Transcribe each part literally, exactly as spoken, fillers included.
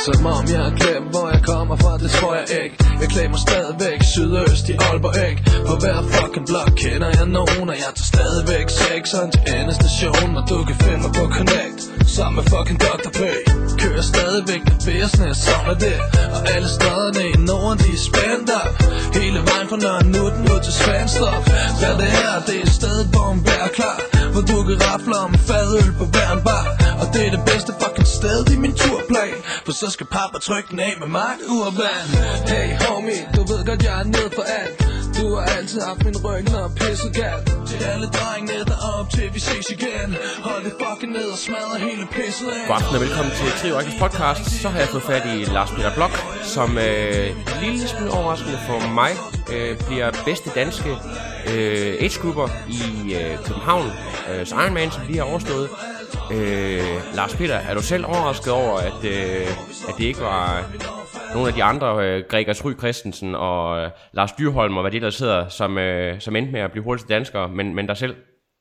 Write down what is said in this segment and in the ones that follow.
Som om jeg har glemt, hvor jeg kommer fra, det tror jeg ikke. Jeg klæder mig stadigvæk sydøst i Aalborg, ikke? På hver fucking blok kender jeg nogen, og jeg tager stadigvæk sekseren til endestation. Og du kan finde mig på Connect, sammen med fucking doktor P. Kører stadigvæk det business, som er det. Og alle stederne i Norden, de er spændt op. Hele vejen fra Nørre Nutten ud til Svanstrup. Ja, det her, det er et sted, hvor man er klar, hvor du kan rafle om en fadøl på hver en bar. Og det er det bedste fucking sted i min turplan, for så skal pappa trykke den af med Mark Urban. Hey homie, du ved godt jeg er nede for alt. Du har altid haft min ryg, når pisset galt. Til alle drengene derop til vi ses igen. Hold det fucking ned og smadre hele pisset af. God aften og velkommen til Trio Rekkes podcast. Så har jeg fået fat i Lars Peter Bloch, som øh, lille smule overraskende for mig øh, bliver bedste danske øh, age-grupper i øh, København øh, Ironman, som lige har overstået. Øh, Lars Peter, er du selv overrasket over, at, øh, at det ikke var nogle af de andre, øh, Gregers Ry Christensen og øh, Lars Dyrholm og hvad det der sidder, som, øh, som endte med at blive hurtigste danskere, men, men dig selv?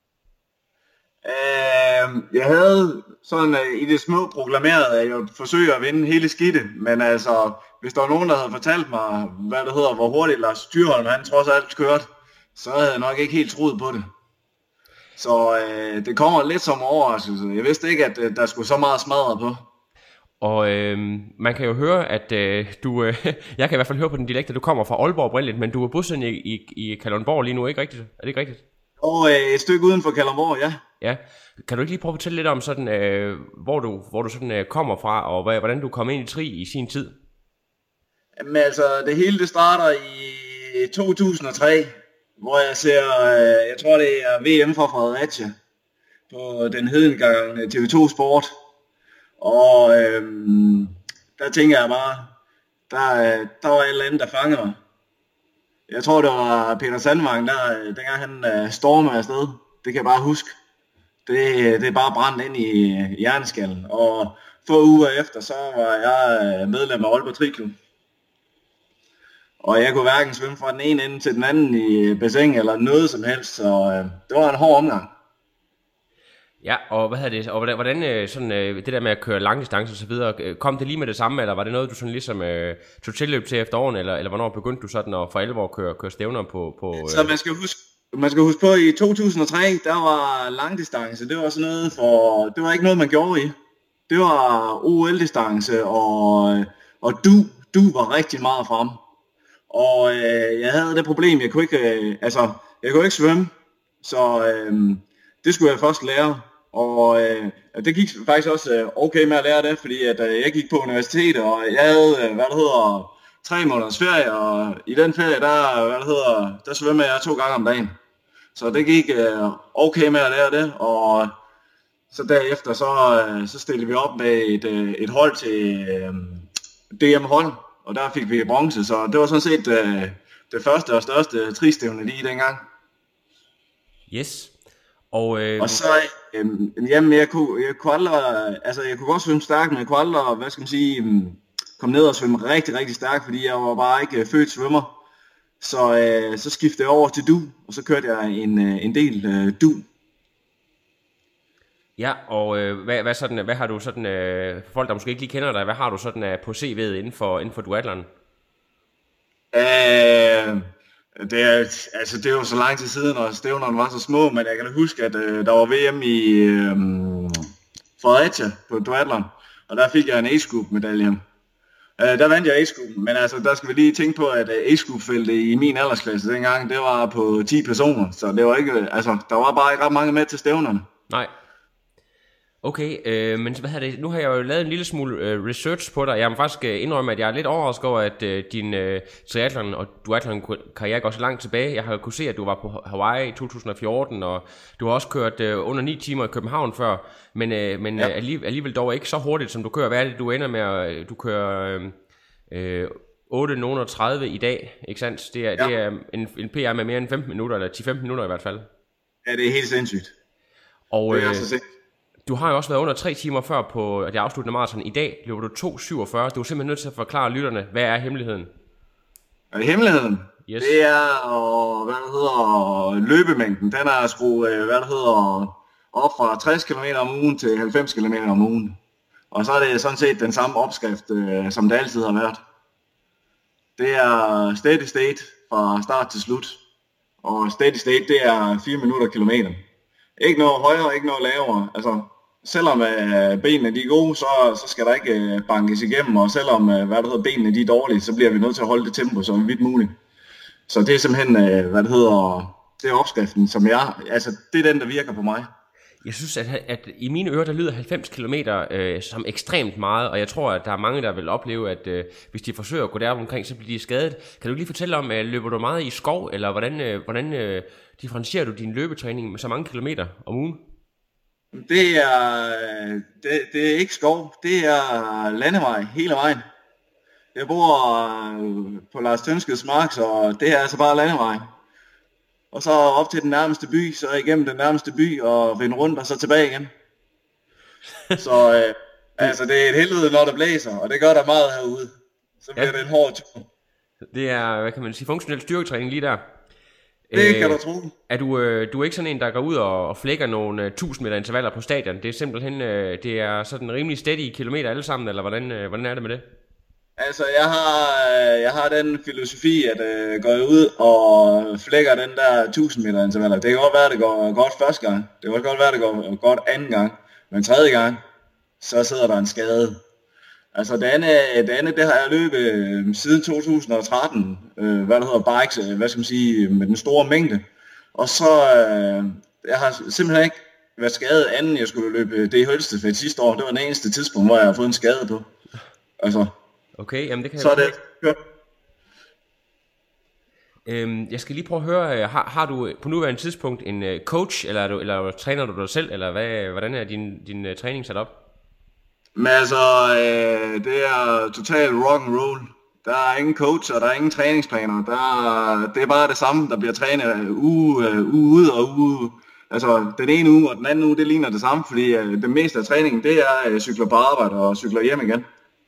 Uh, jeg havde sådan uh, i det små proklameret, at jeg forsøger at vinde hele skidtet, men altså, hvis der var nogen, der havde fortalt mig, hvad det hedder, hvor hurtigt Lars Dyrholm han trods alt kørte, så havde jeg nok ikke helt troet på det. Så øh, det kommer lidt som overraskelse. Jeg vidste ikke, at øh, der skulle så meget smadre på. Og øh, man kan jo høre, at øh, du... Øh, jeg kan i hvert fald høre på den dialekt, at du kommer fra Aalborg oprindeligt, men du er bosiddende i, i, i Kalundborg lige nu, ikke rigtigt? Er det ikke rigtigt? Og øh, et stykke uden for Kalundborg, ja. Ja. Kan du ikke lige prøve at fortælle lidt om, sådan, øh, hvor du, hvor du sådan, øh, kommer fra, og hvad, hvordan du kom ind i tri i sin tid? Jamen altså, det hele det starter i to tusind og tre, hvor jeg ser, øh, jeg tror det er V M fra Fredericia, på den hedengang T V to Sport. Og øh, der tænker jeg bare, der, der var et eller andet, der fanger mig. Jeg tror det var Peter Sandvang, der, dengang han øh, stormede afsted. Det kan jeg bare huske. Det, det er bare brændt ind i hjerneskallen. Og få uger efter, så var jeg medlem af Aalborg Triklub. Og jeg kunne hverken svømme fra den ene ende til den anden i bassin eller noget som helst, så øh, det var en hård omgang. Ja, og hvad havde det, og hvordan, hvordan sådan, øh, det der med at køre langdistance og så videre, kom det lige med det samme, eller var det noget, du sådan ligesom øh, tog tilløb til efter årene, eller, eller hvornår begyndte du sådan at for alvor at køre, køre stævner på... på øh... Så man skal huske, man skal huske på, at i to tusind og tre, der var langdistance, det var sådan noget for, det var ikke noget, man gjorde i. Det var O L-distance, og, og du, du var rigtig meget frem. Og øh, jeg havde det problem, jeg kunne ikke, øh, altså, jeg kunne ikke svømme, så øh, det skulle jeg først lære. Og øh, det gik faktisk også øh, okay med at lære det, fordi at, øh, jeg gik på universitetet, og jeg havde, øh, hvad det hedder, tre måneders ferie, og i den ferie, der, hvad det hedder, der svømmede jeg to gange om dagen. Så det gik øh, okay med at lære det, og så derefter, så, øh, så stillede vi op med et, øh, et hold til øh, D M-hold. Og der fik vi bronze, så det var sådan set øh, det første og største tristævne lige dengang. Yes. Og, øh... og så, øh, jamen jeg kunne, jeg kunne aldrig, altså jeg kunne godt svømme stærkt, men jeg kunne aldrig, hvad skal man sige, øh, komme ned og svømme rigtig, rigtig stærkt, fordi jeg var bare ikke øh, født svømmer. Så, øh, så skiftede jeg over til du, og så kørte jeg en, øh, en del øh, du. Ja, og øh, hvad, hvad, sådan, hvad har du sådan, øh, for folk der måske ikke lige kender dig, hvad har du sådan øh, på C V'et inden for, inden for duatlon? Øh, det, er, altså, det er jo så lang tid siden, og stævnerne var så små, men jeg kan huske, at øh, der var V M i øh, Fredericia på duatlon, og der fik jeg en age-group-medalje. Øh, der vandt jeg age-groupen, men altså, der skal vi lige tænke på, at uh, age-group-feltet i min aldersklasse dengang, det var på ti personer, så det var ikke, altså, der var bare ikke ret mange med til stævnerne. Nej. Okay, øh, men hvad hedder det? Nu har jeg jo lavet en lille smule øh, research på dig. Jeg må faktisk øh, indrømme, at jeg er lidt overrasket over, at øh, din øh, triathlon og duathlon karriere går så langt tilbage. Jeg har kunnet se, at du var på Hawaii i to tusind og fjorten, og du har også kørt øh, under ni timer i København før, men, øh, men ja. øh, alligevel, alligevel dog ikke så hurtigt, som du kører. Hvad er det, du ender med at du kører øh, øh, otte tredive i dag, ikke sandt? Det er, ja. det er en, en P R med mere end femten minutter, eller ti til femten minutter i hvert fald. Ja, det er helt sindssygt. Og, det er øh, altså sindssygt. Du har jo også været under tre timer før på det afsluttende maraton. I dag løber du to syvogfyrre. Du er simpelthen nødt til at forklare lytterne, hvad er hemmeligheden? Og hemmeligheden? Yes. Det er, og, hvad det hedder, løbemængden. Den er skruet, hvad det hedder, op fra tres kilometer om ugen til halvfems kilometer om ugen. Og så er det sådan set den samme opskrift, øh, som det altid har været. Det er steady state fra start til slut. Og steady state, det er fire minutter kilometer. Ikke noget højere, ikke noget lavere. Altså, selvom øh, benene de er gode, så, så skal der ikke øh, bankes igennem. Og selvom øh, hvad det hedder, benene de er dårlige, så bliver vi nødt til at holde det tempo så vidt muligt. Så det er simpelthen, øh, hvad det hedder, det er opskriften, som jeg, altså det er den, der virker på mig. Jeg synes, at, at i mine ører, der lyder halvfems kilometer øh, som ekstremt meget, og jeg tror, at der er mange, der vil opleve, at øh, hvis de forsøger at gå der omkring, så bliver de skadet. Kan du lige fortælle om, øh, løber du meget i skov, eller hvordan, øh, hvordan øh, differentierer du din løbetræning med så mange kilometer om ugen? Det er, det, det er ikke skov, det er landevej hele vejen. Jeg bor øh, på Lars Tønskeds mark, så det er altså bare landevej. Og så op til den nærmeste by, så igennem den nærmeste by og vende rundt og så tilbage igen. Så øh, altså det er et helvede, når der blæser, og det gør der meget herude. Så bliver ja. det en hård tur. Det er, hvad kan man sige, funktionel styrketræning lige der. Det øh, kan du tro. Er du, øh, du er ikke sådan en, der går ud og, og flækker nogle uh, tusind meter intervaller på stadion? Det er simpelthen, øh, det er sådan rimelig steady kilometer alle sammen, eller hvordan, øh, hvordan er det med det? Altså, jeg har, jeg har den filosofi, at øh, går jeg ud og flækker den der tusind meter intervaller. Det kan godt være, at det går godt første gang. Det kan godt være, at det går godt anden gang. Men tredje gang, så sidder der en skade. Altså, det andet, det, andet, det har jeg løbet øh, siden to tusind og tretten. Øh, hvad det hedder, bikes, øh, hvad skal man sige, med den store mængde. Og så, øh, jeg har simpelthen ikke været skadet, anden jeg skulle løbe D H L-stafet sidste år. Det var den eneste tidspunkt, hvor jeg har fået en skade på. Altså... Okay, jamen det kan så jeg... er det. Ja. Øhm, jeg skal lige prøve at høre, har, har du på nuværende tidspunkt en uh, coach, eller, er du, eller træner du dig selv, eller hvad, hvordan er din, din uh, træning sat op? Men altså, øh, det er total rock and roll. Der er ingen coach, og der er ingen træningsplaner. Der, det er bare det samme, der bliver trænet uge, uh, uge ud og uge. Altså, den ene uge og den anden uge, det ligner det samme, fordi uh, det meste af træningen, det er uh, cykler på arbejde og cykler hjem igen.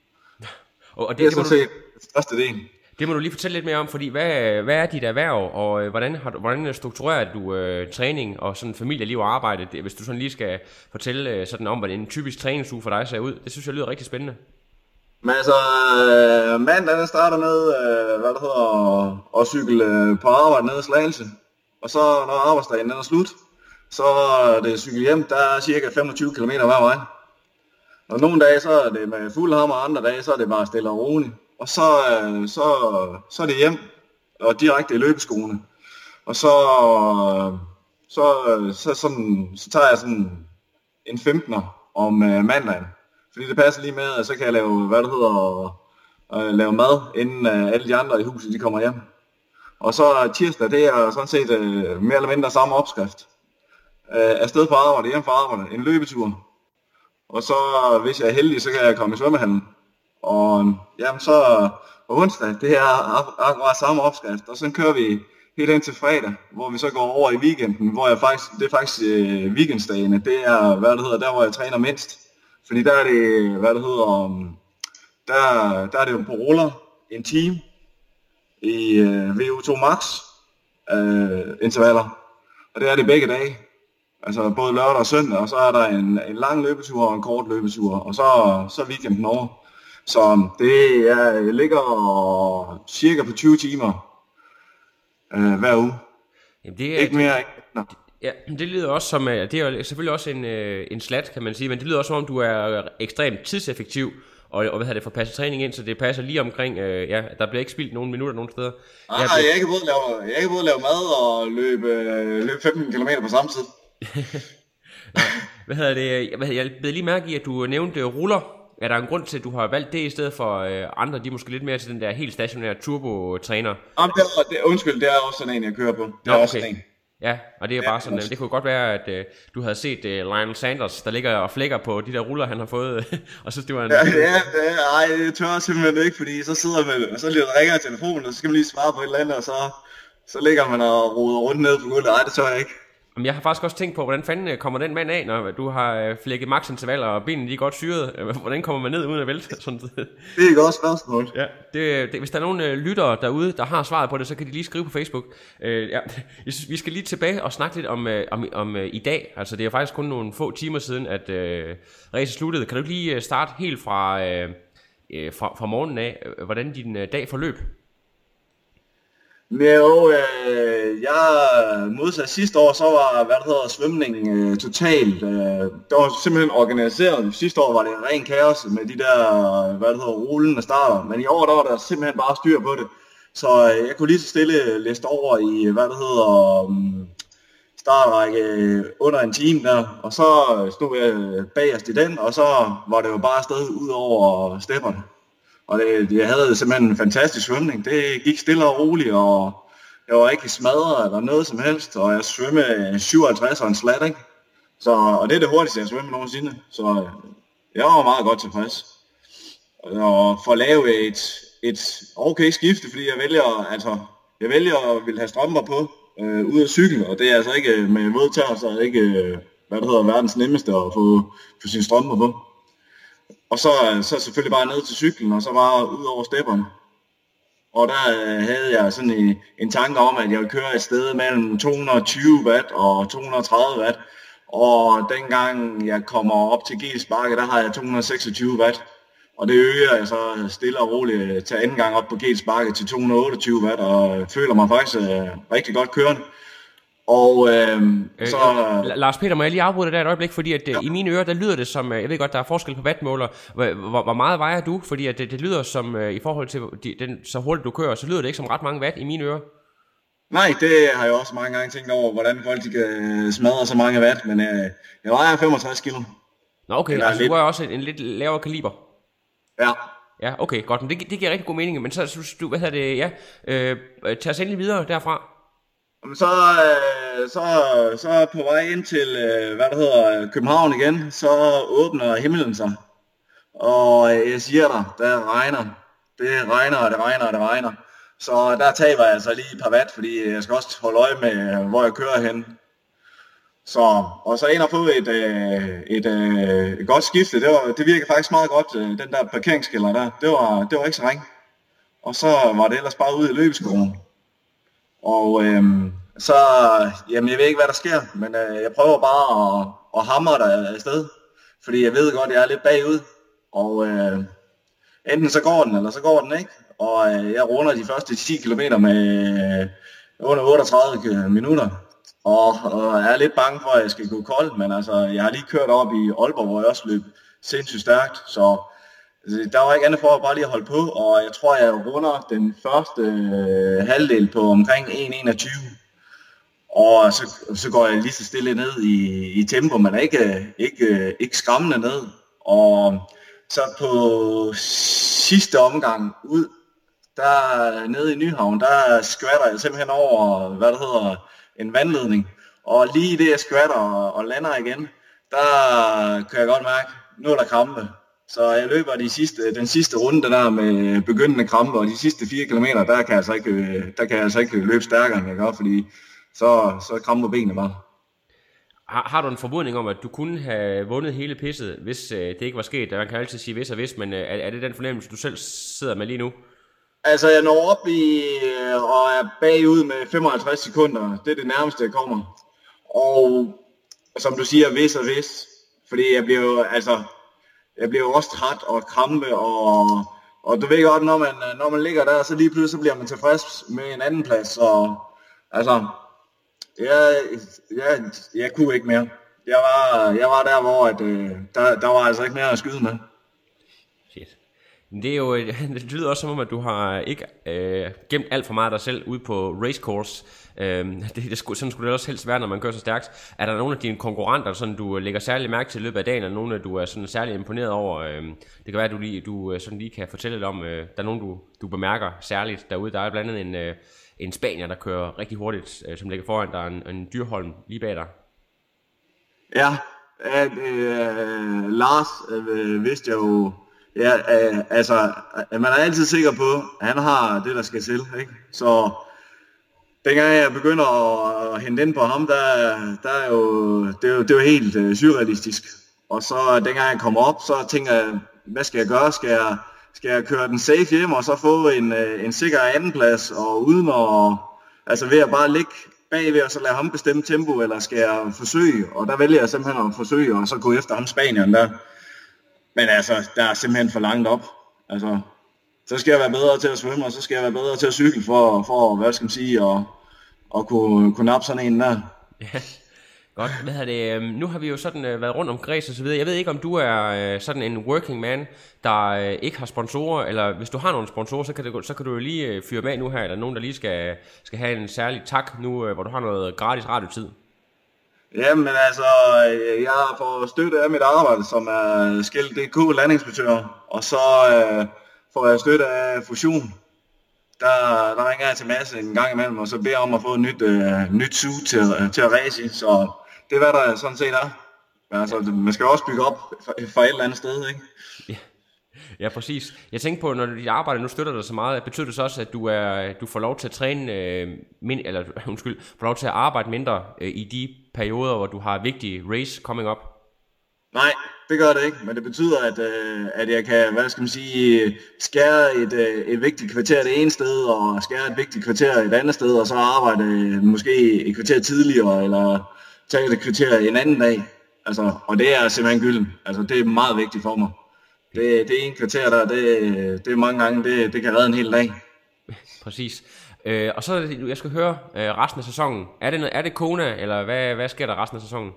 Og det, det er det, må sådan du, set den største del. Det må du lige fortælle lidt mere om, fordi hvad, hvad er dit erhverv, og øh, hvordan, har du, hvordan strukturerer du øh, træning og sådan familieliv og arbejde, det, hvis du sådan lige skal fortælle øh, sådan om, hvordan en typisk træningsuge for dig ser ud? Det synes jeg lyder rigtig spændende. Men altså, øh, mandag den starter med, øh, hvad det hedder, at cykle øh, på arbejde nede i Slagelse. Og så når arbejdsdagen den er slut, så er det cykel hjem, der er cirka femogtyve kilometer hver vej. Og nogle dage så er det med fuld hammer, og andre dage så er det bare stille og roligt. Og så, øh, så, så er det hjem og direkte i løbeskoene. Og så, så, så, sådan, så tager jeg sådan en femtener om øh, mandagen. Fordi det passer lige med, at så kan jeg lave, hvad det hedder, øh, lave mad, inden øh, alle de andre i huset de kommer hjem. Og så tirsdag, det er sådan set øh, mere eller mindre samme opskrift. Øh, afsted på arbejde, hjem fra arbejde, en løbetur. Og så, hvis jeg er heldig, så kan jeg komme i svømmehallen. Og jamen, så på onsdag, det er akkurat samme opskrift. Og så kører vi helt ind til fredag, hvor vi så går over i weekenden, hvor jeg faktisk, det er faktisk øh, weekendsdagene. Det er, hvad det hedder, der hvor jeg træner mindst. Fordi der er det, hvad det hedder, um, der, der er det jo på ruller en time i øh, V O to Max øh, intervaller. Og det er det begge dage. Altså både lørdag og søndag, og så er der en, en lang løbetur og en kort løbetur, og så, så er weekenden over. Så det er, ligger cirka på tyve timer øh, hver uge. Jamen det er, ikke mere, ikke mindre. Ja, det lyder også som, det er jo selvfølgelig også en, en slat, kan man sige, men det lyder også som om, du er ekstremt tidseffektiv, og, og hvad har det for passet træning ind, så det passer lige omkring, øh, ja, der bliver ikke spildt nogen minutter nogen steder. Nej, jeg, jeg, kan både lave, jeg kan både lave mad og løbe, løbe femten kilometer på samme tid. Nej, hvad hedder det, hvad, jeg blev lige mærke i, at du nævnte ruller. Er der en grund til, at du har valgt det i stedet for øh, andre, de er måske lidt mere til den der helt stationære turbo-træner? Jamen, det er, det, undskyld, det er også sådan en, jeg kører på. Det Nå, er okay. også sådan en. Ja, og det er ja, bare sådan, det kunne godt være, at øh, du havde set øh, Lionel Sanders, der ligger og flækker på de der ruller, han har fået, og så det var en... Ja, det er, det er, ej, det tør jeg simpelthen ikke, fordi så sidder man, og så lige ringer telefonen, og så skal man lige svare på et eller andet, og så, så ligger man og roder rundt ned på gulvet. Ej, det tør jeg ikke. Jamen, jeg har faktisk også tænkt på, hvordan fanden kommer den mand af, når du har flækket maksintervaller, og benene de er godt syret. Hvordan kommer man ned uden at vælte? Sådan. Det er et godt spørgsmål. Ja, det, det, hvis der er nogle lyttere derude, der har svaret på det, så kan de lige skrive på Facebook. Uh, ja, jeg synes, vi skal lige tilbage og snakke lidt om, om, om uh, i dag. Altså, det er faktisk kun nogle få timer siden, at uh, racet sluttede. Kan du lige starte helt fra, uh, fra, fra morgenen af, hvordan din uh, dag forløb? Jo, øh, jeg modsat sidste år, så var, hvad der hedder, svømning øh, totalt. Øh, det var simpelthen organiseret. Sidste år var det ren kaos med de der, hvad der hedder, rullende starter. Men i år, der var der simpelthen bare styr på det. Så øh, jeg kunne lige så stille læse over i, hvad der hedder, um, startrække under en time der. Og så stod jeg bagerst i den, og så var det jo bare afsted ud over stepperne. Og det, jeg havde simpelthen en fantastisk svømning. Det gik stille og roligt, og jeg var ikke smadret eller noget som helst. Og jeg svømmede syvoghalvtreds og en slat, ikke? Så, og det er det hurtigste, jeg svømmer nogensinde. Så jeg var meget godt tilfreds. Og for at lave et, et okay skifte, fordi jeg vælger, altså, jeg vælger at ville have strømper på øh, ud af cykel. Og det er altså ikke med vådtær, så er det ikke, hvad det hedder, verdens nemmeste at få, få sine strømper på. Og så, så selvfølgelig bare ned til cyklen, og så bare ud over stepperne. Og der havde jeg sådan en, en tanke om, at jeg ville køre et sted mellem to hundrede og tyve watt og to hundrede og tredive watt. Og dengang jeg kommer op til Geels Bakke, der har jeg to hundrede og seksogtyve watt. Og det øger jeg så stille og roligt til anden gang op på Geels Bakke til to hundrede og otteogtyve watt, og føler mig faktisk uh, rigtig godt kørende. Og øhm, øh, så... Øh, Lars Peter, må jeg lige afbryde dig der et øjeblik, fordi at, ja. i mine ører, der lyder det som, jeg ved godt, der er forskel på wattmåler. Hvor, hvor meget vejer du? Fordi at det, det lyder som, i forhold til de, den, så hurtigt du kører, så lyder det ikke som ret mange watt i mine ører. Nej, det har jeg også mange gange tænkt over, hvordan folk de kan smadre så mange watt, men øh, jeg vejer femogtres kilo. Nå okay, altså lidt... du er også en, en lidt lavere kaliber. Ja. Ja, okay, godt, men det, det giver rigtig god mening, men så synes du, hvad hedder det, ja, øh, tag os endelig videre derfra. Så, øh, så, så på vej ind til, øh, hvad der hedder, København igen, så åbner himlen sig. Og jeg siger dig, der regner. Det regner, og det regner, og det regner. Så der taber jeg altså lige et par watt, fordi jeg skal også holde øje med, hvor jeg kører hen. Så, og så ind og få et, øh, et, øh, et godt skifte. Det, var, det virker faktisk meget godt, øh, den der parkeringskælder der. Det var, det var ikke så ringe. Og så var det ellers bare ude i løbeskolen. Og øhm, så, jamen jeg ved ikke hvad der sker, men øh, jeg prøver bare at, at hamre der afsted, fordi jeg ved godt, at jeg er lidt bagud, og øh, enten så går den, eller så går den ikke, og øh, jeg runder de første ti kilometer med øh, under otteogtredive minutter, og, og jeg er lidt bange for, at jeg skal gå kold, men altså, jeg har lige kørt op i Aalborg, hvor jeg også løb sindssygt stærkt, så der var ikke andet for at bare lige holde på, og jeg tror, jeg runder den første øh, halvdel på omkring en enogtyve. Og så, så går jeg lige så stille ned i, i tempo, men ikke, ikke, ikke skræmmende ned. Og så på sidste omgang ud, der nede i Nyhavn, der skvatter jeg simpelthen over, hvad der hedder, en vandledning. Og lige i det, jeg skvatter og, og lander igen, der kan jeg godt mærke, nu er der krampe. Så jeg løber de sidste, den sidste runde der med begyndende krampe, og de sidste fire kilometer, der kan jeg altså ikke, der kan jeg altså ikke løbe stærkere, end jeg gør, fordi så, så kramper benene bare. Har, har du en formodning om, at du kunne have vundet hele pisset, hvis øh, det ikke var sket? Man kan altid sige hvis og hvis, men øh, er, er det den fornemmelse, du selv sidder med lige nu? Altså, jeg når op i, og er bagud med femoghalvtreds sekunder. Det er det nærmeste, jeg kommer. Og som du siger, hvis og hvis. Fordi jeg bliver jo, altså... Jeg bliver jo også træt og krampe, og, og du ved godt, når man, når man ligger der, så lige pludselig så bliver man tilfreds med en anden plads, og altså, jeg, jeg, jeg kunne ikke mere. Jeg var, jeg var der, hvor at, der, der var altså ikke mere at skyde med. Shit. Det er jo, det lyder også som om, at du har ikke øh, gemt alt for meget af dig selv ude på racecourse. Øh, det, det skulle, sådan skulle det også helst være, når man kører så stærkt. Er der nogle af dine konkurrenter, sådan du lægger særlig mærke til i løbet af dagen, eller nogle, du er sådan særlig imponeret over? Øh, det kan være, at du, lige, du sådan lige kan fortælle lidt om, øh, der er nogen, du, du bemærker særligt derude. Der er blandt andet en, øh, en spanier, der kører rigtig hurtigt, øh, som ligger foran. Der er en, en Dyrholm lige bag dig. Ja, at, øh, Lars øh, vidste jeg jo. Ja, øh, altså, man er altid sikker på, at han har det, der skal til, ikke? Så dengang jeg begynder at, at hente ind på ham, der, der er jo, det, er jo, det er jo helt uh, surrealistisk. Og så dengang jeg kommer op, så tænker jeg, hvad skal jeg gøre? Skal jeg, skal jeg køre den safe hjem, og så få en, uh, en sikker andenplads, og uden at, altså ved at bare ligge bagved, og så lade ham bestemme tempo, eller skal jeg forsøge? Og der vælger jeg simpelthen at forsøge, og så gå efter ham Spanieren der. Men altså, der er simpelthen for langt op. Altså, så skal jeg være bedre til at svømme, og så skal jeg være bedre til at cykle for, for hvad skal man sige, og, og kunne, kunne nappe sådan en der. Ja, godt. Hvad er det? Nu har vi jo sådan uh, været rundt om Græs og så videre. Jeg ved ikke, om du er uh, sådan en working man, der uh, ikke har sponsorer, eller hvis du har nogle sponsorer, så kan, det, så kan du jo lige uh, fyre med nu her, eller nogen, der lige skal, skal have en særlig tak nu, uh, hvor du har noget gratis radiotid. Jamen altså, jeg har fået støtte af mit arbejde, som er Skilt punktum d k landinspektør, og så uh, får jeg støtte af Fusion. Der, der ringer jeg til Mads en gang imellem, og så beder jeg om at få et nyt, uh, nyt suit til, uh, til at race i, så det er hvad der sådan set er. Men altså, man skal jo også bygge op for, for et eller andet sted, ikke? Ja. Ja, præcis. Jeg tænker på, når dit arbejde nu støtter dig så meget, betyder det så også, at du, er, du får lov til at træne, øh, min, eller undskyld, får lov til at arbejde mindre øh, i de perioder, hvor du har vigtige race coming up? Nej, det gør det ikke, men det betyder, at, øh, at jeg kan, hvad skal man sige, skære et, øh, et vigtigt kvarter det ene sted, og skære et vigtigt kvarter et andet sted, og så arbejde øh, måske et kvarter tidligere, eller tage et kvarter en anden dag. Altså, og det er simpelthen gylden. Altså, det er meget vigtigt for mig. Det, det ene kvarter der, det, det er mange gange, det, det kan redde en hel dag. Præcis. Øh, og så, jeg skal høre øh, resten af sæsonen. Er det, er det Kona, eller hvad, hvad sker der resten af sæsonen?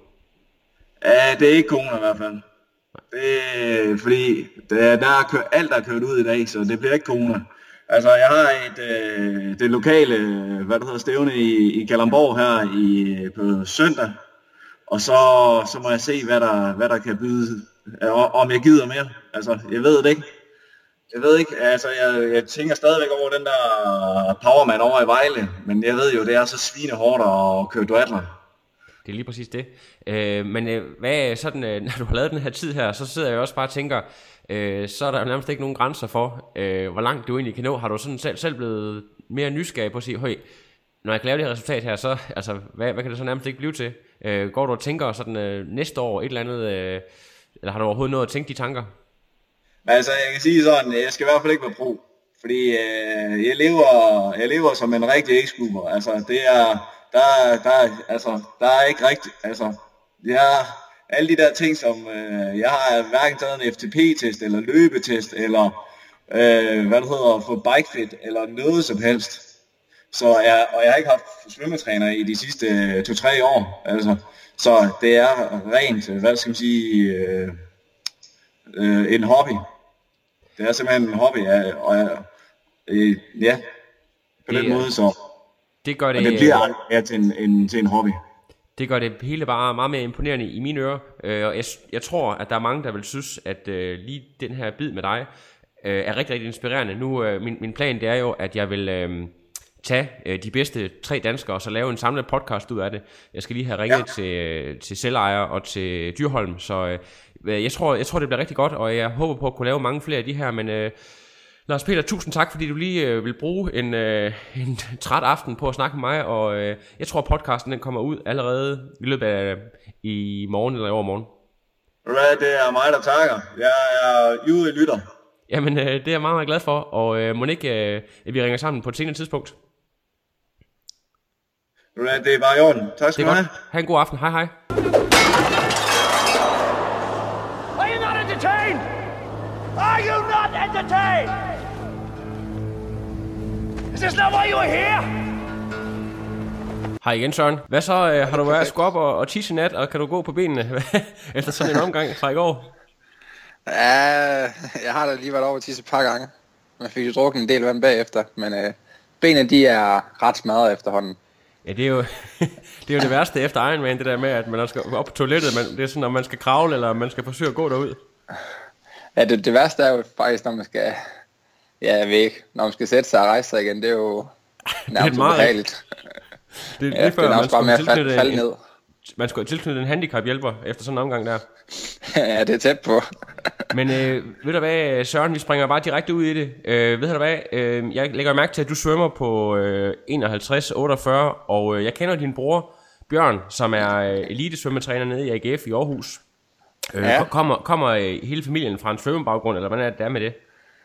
Ja, det er ikke Kona i hvert fald. Det er, fordi det, der er kørt, alt er kørt ud i dag, så det bliver ikke Kona. Altså, jeg har et, øh, det lokale, hvad det hedder, stævne i, i Kalundborg her i, på søndag. Og så, så må jeg se, hvad der, hvad der kan byde, om jeg gider mere. Altså, jeg ved det ikke. Jeg ved ikke, altså, jeg, jeg tænker stadigvæk over den der Powerman over i Vejle, men jeg ved jo, det er så svinehårdt at køre duatler. Det er lige præcis det. Øh, men øh, hvad sådan, øh, når du har lavet den her tid her, så sidder jeg også bare og tænker, øh, så er der nærmest ikke nogen grænser for, øh, hvor langt du egentlig kan nå. Har du sådan selv, selv blevet mere nysgerrig på at sige, høj, når jeg kan lave det her resultat her, så altså, hvad, hvad kan det så nærmest ikke blive til? Øh, går du og tænker sådan øh, næste år et eller andet, øh, eller har du overhovedet noget at tænke de tanker? Altså, jeg kan sige sådan, jeg skal i hvert fald ikke være pro, fordi øh, jeg, lever, jeg lever som en rigtig ekskuber. Altså, det er, der, der, altså, der er ikke rigtigt, altså, jeg, alle de der ting, som, øh, jeg har hverken taget en F T P-test, eller løbetest, eller, øh, hvad det hedder, for bikefit, eller noget som helst. Så jeg, og jeg har ikke haft svømmetræner i de sidste to-tre år, altså, så det er rent, hvad skal man sige, øh, øh, en hobby. Det er simpelthen en hobby, ja, og øh, ja, på det, den måde så. Det gør det, og det bliver aldrig mere til en, en, til en hobby. Det gør det hele bare meget mere imponerende i mine ører, øh, og jeg, jeg tror, at der er mange, der vil synes, at øh, lige den her bid med dig øh, er rigtig, rigtig inspirerende. Nu, øh, min, min plan det er jo, at jeg vil øh, tage øh, de bedste tre danskere og så lave en samlet podcast ud af det. Jeg skal lige have ringet ja. til, til Selvejer og til Dyrholm, så øh, jeg, tror, jeg tror, det bliver rigtig godt, og jeg håber på at kunne lave mange flere af de her, men øh, Lars Peter, tusind tak, fordi du lige øh, vil bruge en, øh, en træt aften på at snakke med mig, og øh, jeg tror, at podcasten den kommer ud allerede i løbet af i morgen eller i overmorgen. Right, det er mig, der takker. Jeg er ivrig lytter. Jamen, øh, det er jeg meget, meget glad for, og øh, må ikke, øh, vi ringer sammen på et senere tidspunkt. Right, det er bare i orden. Tak skal du have. Ha' en god aften. Hej hej. Are you not entertained? Are you not entertained? Is this not why you are here? Hej igen, Søren. Hvad så? Øh, har du været sgu op og, og tisse nat, og kan du gå på benene efter sådan en omgang fra i går? Ja, jeg har da lige været over at tisse et par gange. Man fik jo drukket en del vand bagefter, men øh, benene de er ret smadret efterhånden. Ja, det er jo det, er jo det værste efter Ironman, det der med, at man skal op på toilettet. Man, det er sådan, når man skal kravle, eller man skal forsøge at gå derud. Ja, det, det værste er jo faktisk, når man skal, ja, jeg ved ikke, når man skal sætte sig og rejse sig igen, det er jo nærmest ubehageligt. Det, ja, det er nærmest bare med at falde, falde ned. Man skulle tilknytte en handicaphjælper efter sådan en omgang der. Ja, det er tæt på. Men øh, ved du hvad, Søren, vi springer bare direkte ud i det. Øh, ved du hvad, øh, jeg lægger mærke til, at du svømmer på øh, enoghalvtreds otteogfyrre, og øh, jeg kender din bror, Bjørn, som er øh, elitesvømmetræner nede i A G F i Aarhus. Øh, ja. Kommer, kommer øh, hele familien fra en svømmebaggrund, eller hvordan er det der med det?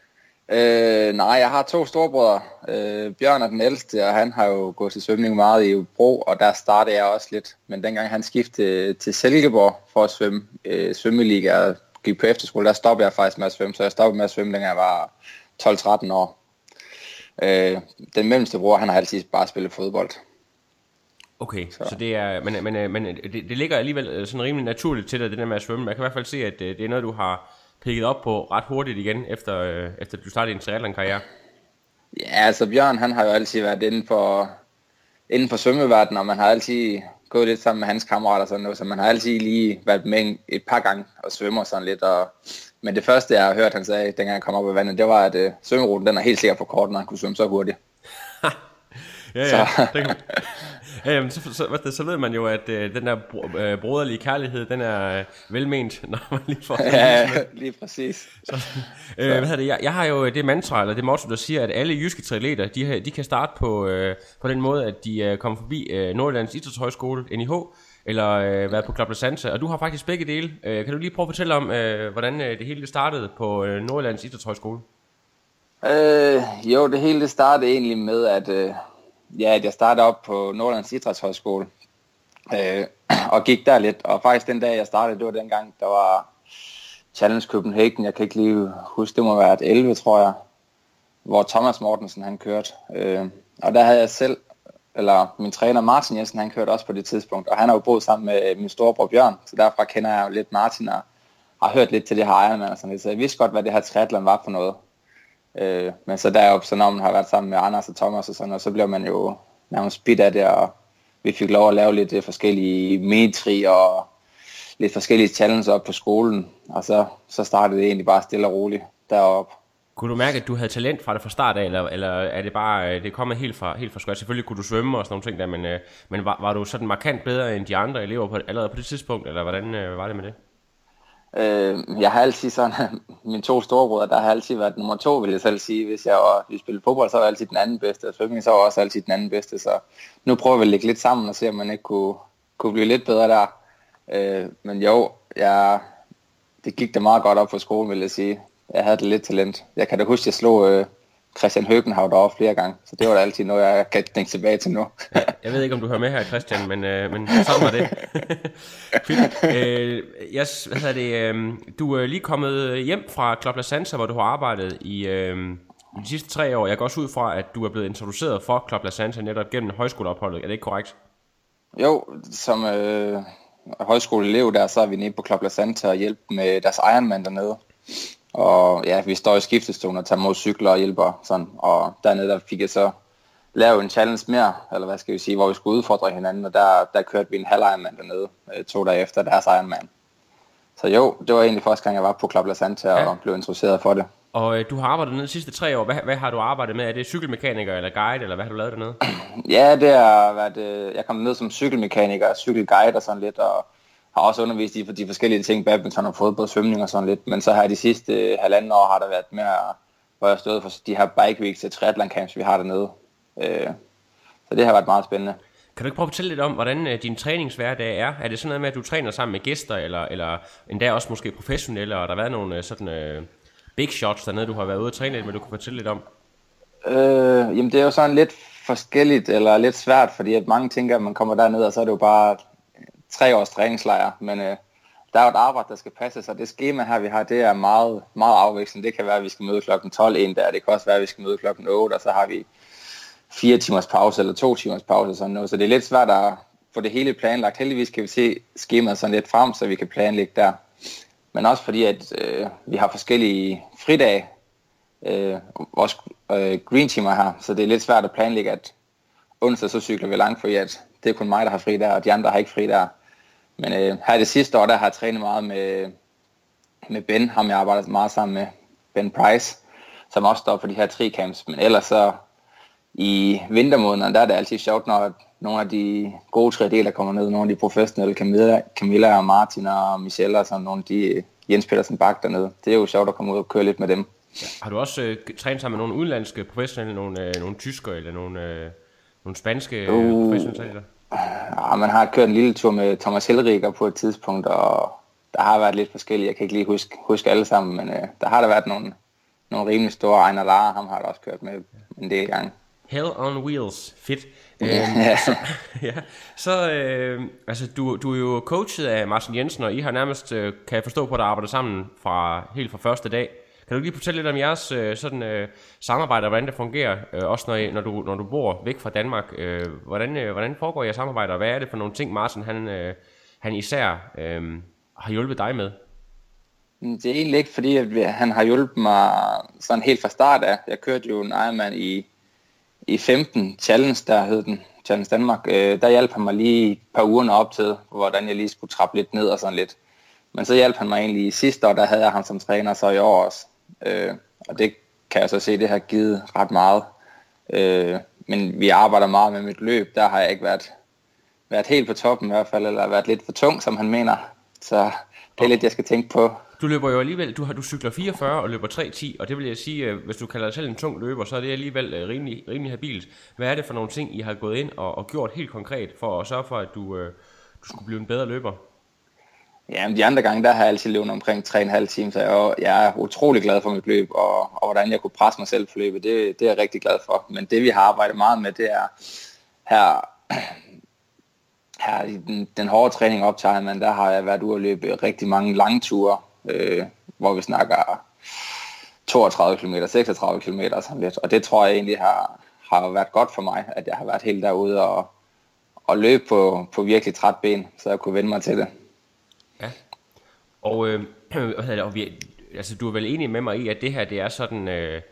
Øh, nej, jeg har to storebrødre. Øh, Bjørn er den ældste, og han har jo gået til svømning meget i Bro, og der startede jeg også lidt. Men dengang han skiftede til Silkeborg for at svømme øh, svømmeliga og gik på efterskole, der stoppede jeg faktisk med at svømme, så jeg stoppede med at svømme, dengang jeg var tolv tretten år. Øh, den mellemste bror, han har altid bare spillet fodbold. Okay, så, så det er, men, men, men det, det ligger alligevel sådan rimelig naturligt til dig, det der med at svømme. Jeg kan i hvert fald se, at det er noget, du har picket op på ret hurtigt igen, efter, øh, efter du startede din triathlon-karriere. Ja, altså Bjørn, han har jo altid været inden for, inden for svømmeverdenen, og man har altid gået lidt sammen med hans kammerater og sådan noget, så man har altid lige været med et par gange og svømmer sådan lidt. Og, men det første, jeg har hørt, han sagde, dengang han kom op i vandet, det var, at øh, svømmeruten, den er helt sikkert for kort, når han kunne svømme så hurtigt. ja, ja, det kan Ja, jamen, så, så, så, så ved man jo, at øh, den der bro, øh, broderlige kærlighed, den er øh, velment, når man lige får det. Ja, lige præcis. Så, øh, hvad hedder det? Jeg, jeg har jo det mantra, eller det motto, der siger, at alle jyske triatleter, de, de kan starte på, øh, på den måde, at de øh, kommer forbi øh, Nordjyllands Idrætshøjskole, N I H, eller øh, været på Club La Santa, og du har faktisk begge dele. Øh, kan du lige prøve at fortælle om, øh, hvordan øh, det hele startede på øh, Nordjyllands Idrætshøjskole? Øh, jo, det hele det startede egentlig med, at... Øh, Ja, at jeg startede op på Nordjyllands Idrætshøjskole øh, og gik der lidt. Og faktisk den dag, jeg startede, det var dengang, der var Challenge Copenhagen. Jeg kan ikke lige huske, det må være et elleve, tror jeg, hvor Thomas Mortensen, han kørte. Øh, og der havde jeg selv, eller min træner Martin Jensen, han kørte også på det tidspunkt. Og han har jo boet sammen med min storebror Bjørn, så derfra kender jeg jo lidt Martin og har hørt lidt til det her Ironman og sådan lidt. Så jeg vidste godt, hvad det her triathlon var for noget. Øh, men så deroppe, så når man har været sammen med Anders og Thomas og sådan, og så blev man jo nærmest bidt af det, og vi fik lov at lave lidt uh, forskellige minitri og lidt forskellige challenges op på skolen, og så, så startede det egentlig bare stille og roligt deroppe. Kunne du mærke, at du havde talent fra det fra start af, eller, eller er det bare, det kommet helt fra, helt fra scratch? Selvfølgelig kunne du svømme og sådan nogle ting der, men, øh, men var, var du sådan markant bedre end de andre elever på, allerede på det tidspunkt, eller hvordan øh, var det med det? Øh, jeg har altid sådan, mine to storebrødre, der har altid været nummer to, vil jeg selv sige. Hvis jeg var, vi spillede fodbold, så var jeg altid den anden bedste, og svømning, så var jeg også altid den anden bedste. Så nu prøver vi at lægge lidt sammen og se, om man ikke kunne, kunne blive lidt bedre der. Øh, men jo, jeg, det gik da meget godt op på skolen, vil jeg sige. Jeg havde lidt talent. Jeg kan da huske, at jeg slog øh, Christian Høgenhav derovre flere gange, så det var da altid noget, jeg kan tænke tilbage til nu. Jeg ved ikke, om du hører med her, Christian, men, øh, men sådan var det. Fedt. Øh, yes, hvad hedder det, øh, du er lige kommet hjem fra Club La Santa, hvor du har arbejdet i, øh, i de sidste tre år. Jeg går også ud fra, at du er blevet introduceret for Club La Santa netop gennem højskoleopholdet. Er det ikke korrekt? Jo, som øh, højskoleelev der, så er vi nede på Club La Santa og hjælper med deres Ironman dernede. Og ja, vi står i skiftestuen og tager mod cykler og hjælper sådan. Og dernede der fik jeg så lavet en challenge mere, eller hvad skal vi sige, hvor vi skulle udfordre hinanden. Og der, der kørte vi en halv Ironman dernede, to dage efter deres Ironman. Så jo, det var egentlig første gang, jeg var på Club La Santa og ja. blev interesseret for det. Og øh, du har arbejdet dernede de sidste tre år. Hvad, hvad har du arbejdet med? Er det cykelmekaniker eller guide, eller hvad har du lavet dernede? Ja, det har været, øh, jeg kom ned som cykelmekaniker og cykelguide og sådan lidt, og har også undervist i for de forskellige ting, badminton og fodbold, svømning og sådan lidt. Men så har de sidste øh, halvanden år har der været mere, hvor jeg stod for de her bike weeks og triathlon camps, vi har dernede. Øh, så det har været meget spændende. Kan du ikke prøve at fortælle lidt om, hvordan øh, din træningshverdag er? Er det sådan noget med, at du træner sammen med gæster, eller, eller endda også måske professionelle, og der har været nogle øh, sådan øh, big shots dernede, du har været ude at træne lidt, men du kunne fortælle lidt om? Øh, jamen det er jo sådan lidt forskelligt, eller lidt svært, fordi at mange tænker, at man kommer derned, og så er det jo bare tre års træningslejr, men øh, der er jo et arbejde, der skal passe, så det schema her, vi har, det er meget, meget afvekslende. Det kan være, at vi skal møde klokken tolv en der, det kan også være, at vi skal møde klokken otte, og så har vi fire timers pause, eller to timers pause, sådan noget. Så det er lidt svært at få det hele planlagt. Heldigvis kan vi se skemaet sådan lidt frem, så vi kan planlægge der. Men også fordi, at øh, vi har forskellige fridage, øh, vores øh, green teamer her, så det er lidt svært at planlægge, at onsdag så cykler vi langt, fordi at det er kun mig, der har fri der, og de andre har ikke fri der. Men øh, her det sidste år, der har jeg trænet meget med, med Ben, ham jeg arbejder meget sammen med, Ben Price, som også står på de her tre camps. Men ellers så, i vintermånederne, der er det altid sjovt, når nogle af de gode triatleter kommer ned, nogle af de professionelle, Camilla, Camilla og Martin og Michelle og sådan nogle, de Jens Petersen Bak dernede. Det er jo sjovt at komme ud og køre lidt med dem. Ja. Har du også øh, trænet sammen med nogle udenlandske professionelle, nogle, øh, nogle tyskere eller nogle, øh, nogle spanske uh, professionelle? Ja, man har kørt en lille tur med Thomas Hellriger på et tidspunkt, og der har været lidt forskellige. Jeg kan ikke lige huske, huske alle sammen, men øh, der har der været nogle, nogle rimelig store. Ejner Lara, ham har der også kørt med en del gange. Hell on Wheels, fedt. Ja. Øhm, så, ja, så øh, altså, du, du er jo coachet af Martin Jensen, og I har nærmest, øh, kan jeg forstå på, at arbejde sammen fra, helt fra første dag. Kan du lige fortælle lidt om jeres øh, sådan, øh, samarbejde, og hvordan det fungerer, øh, også når, I, når, du, når du bor væk fra Danmark? Øh, hvordan, øh, hvordan foregår jeres samarbejde, og hvad er det for nogle ting, Martin han, øh, han især øh, har hjulpet dig med? Det er egentlig ikke, fordi at han har hjulpet mig sådan helt fra start af. Jeg kørte jo en Ironman i, i femten Challenge, der hed den, Challenge Danmark. Øh, der hjalp han mig lige et par uger op til, hvordan jeg lige skulle trappe lidt ned og sådan lidt. Men så hjalp han mig egentlig i sidste år, der havde jeg ham som træner, så i år også. Øh, og det kan jeg så se, det har givet ret meget. Øh, men vi arbejder meget med mit løb, der har jeg ikke været, været helt på toppen i hvert fald, eller været lidt for tung, som han mener. Så det er lidt, jeg skal tænke på. Du løber jo alligevel, du, har, du cykler fireogfyrre og løber tre ti, og det vil jeg sige, hvis du kalder dig selv en tung løber, så er det alligevel rimelig, rimelig habilt. Hvad er det for nogle ting, I har gået ind og, og gjort helt konkret, for at sørge for, at du, øh, du skulle blive en bedre løber? Ja, men de andre gange, der har jeg altid løbet omkring tre komma fem timer, så jeg, jeg er utrolig glad for mit løb, og, og hvordan jeg kunne presse mig selv på løbet, det, det er jeg rigtig glad for. Men det, vi har arbejdet meget med, det er her, her i den, den hårde træning op til Ironman, der har jeg været ude at løbe rigtig mange lange ture, øh, hvor vi snakker toogtredive kilometer, seksogtredive kilometer og sådan lidt. Og det tror jeg egentlig har, har været godt for mig, at jeg har været helt derude og, og løbe på, på virkelig træt ben, så jeg kunne vende mig til det. Ja, og, øh, hvad hedder det, og vi, altså, du er vel enig med mig i, at det her, det er sådan øh,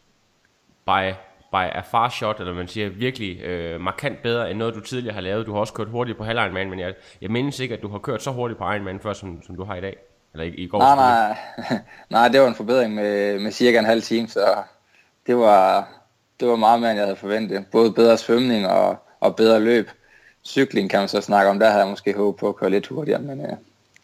by, by a far shot, eller man siger virkelig øh, markant bedre, end noget du tidligere har lavet. Du har også kørt hurtigt på halv Ironman, men jeg, jeg mindes ikke, at du har kørt så hurtigt på Ironman før, som, som du har i dag, eller i, i går. Nej, nej, nej, det var en forbedring med, med cirka en halv time, så det var, det var meget mere, end jeg havde forventet. Både bedre svømning og, og bedre løb. Cykling kan man så snakke om, der havde jeg måske håbet på at køre lidt hurtigere, men... Øh,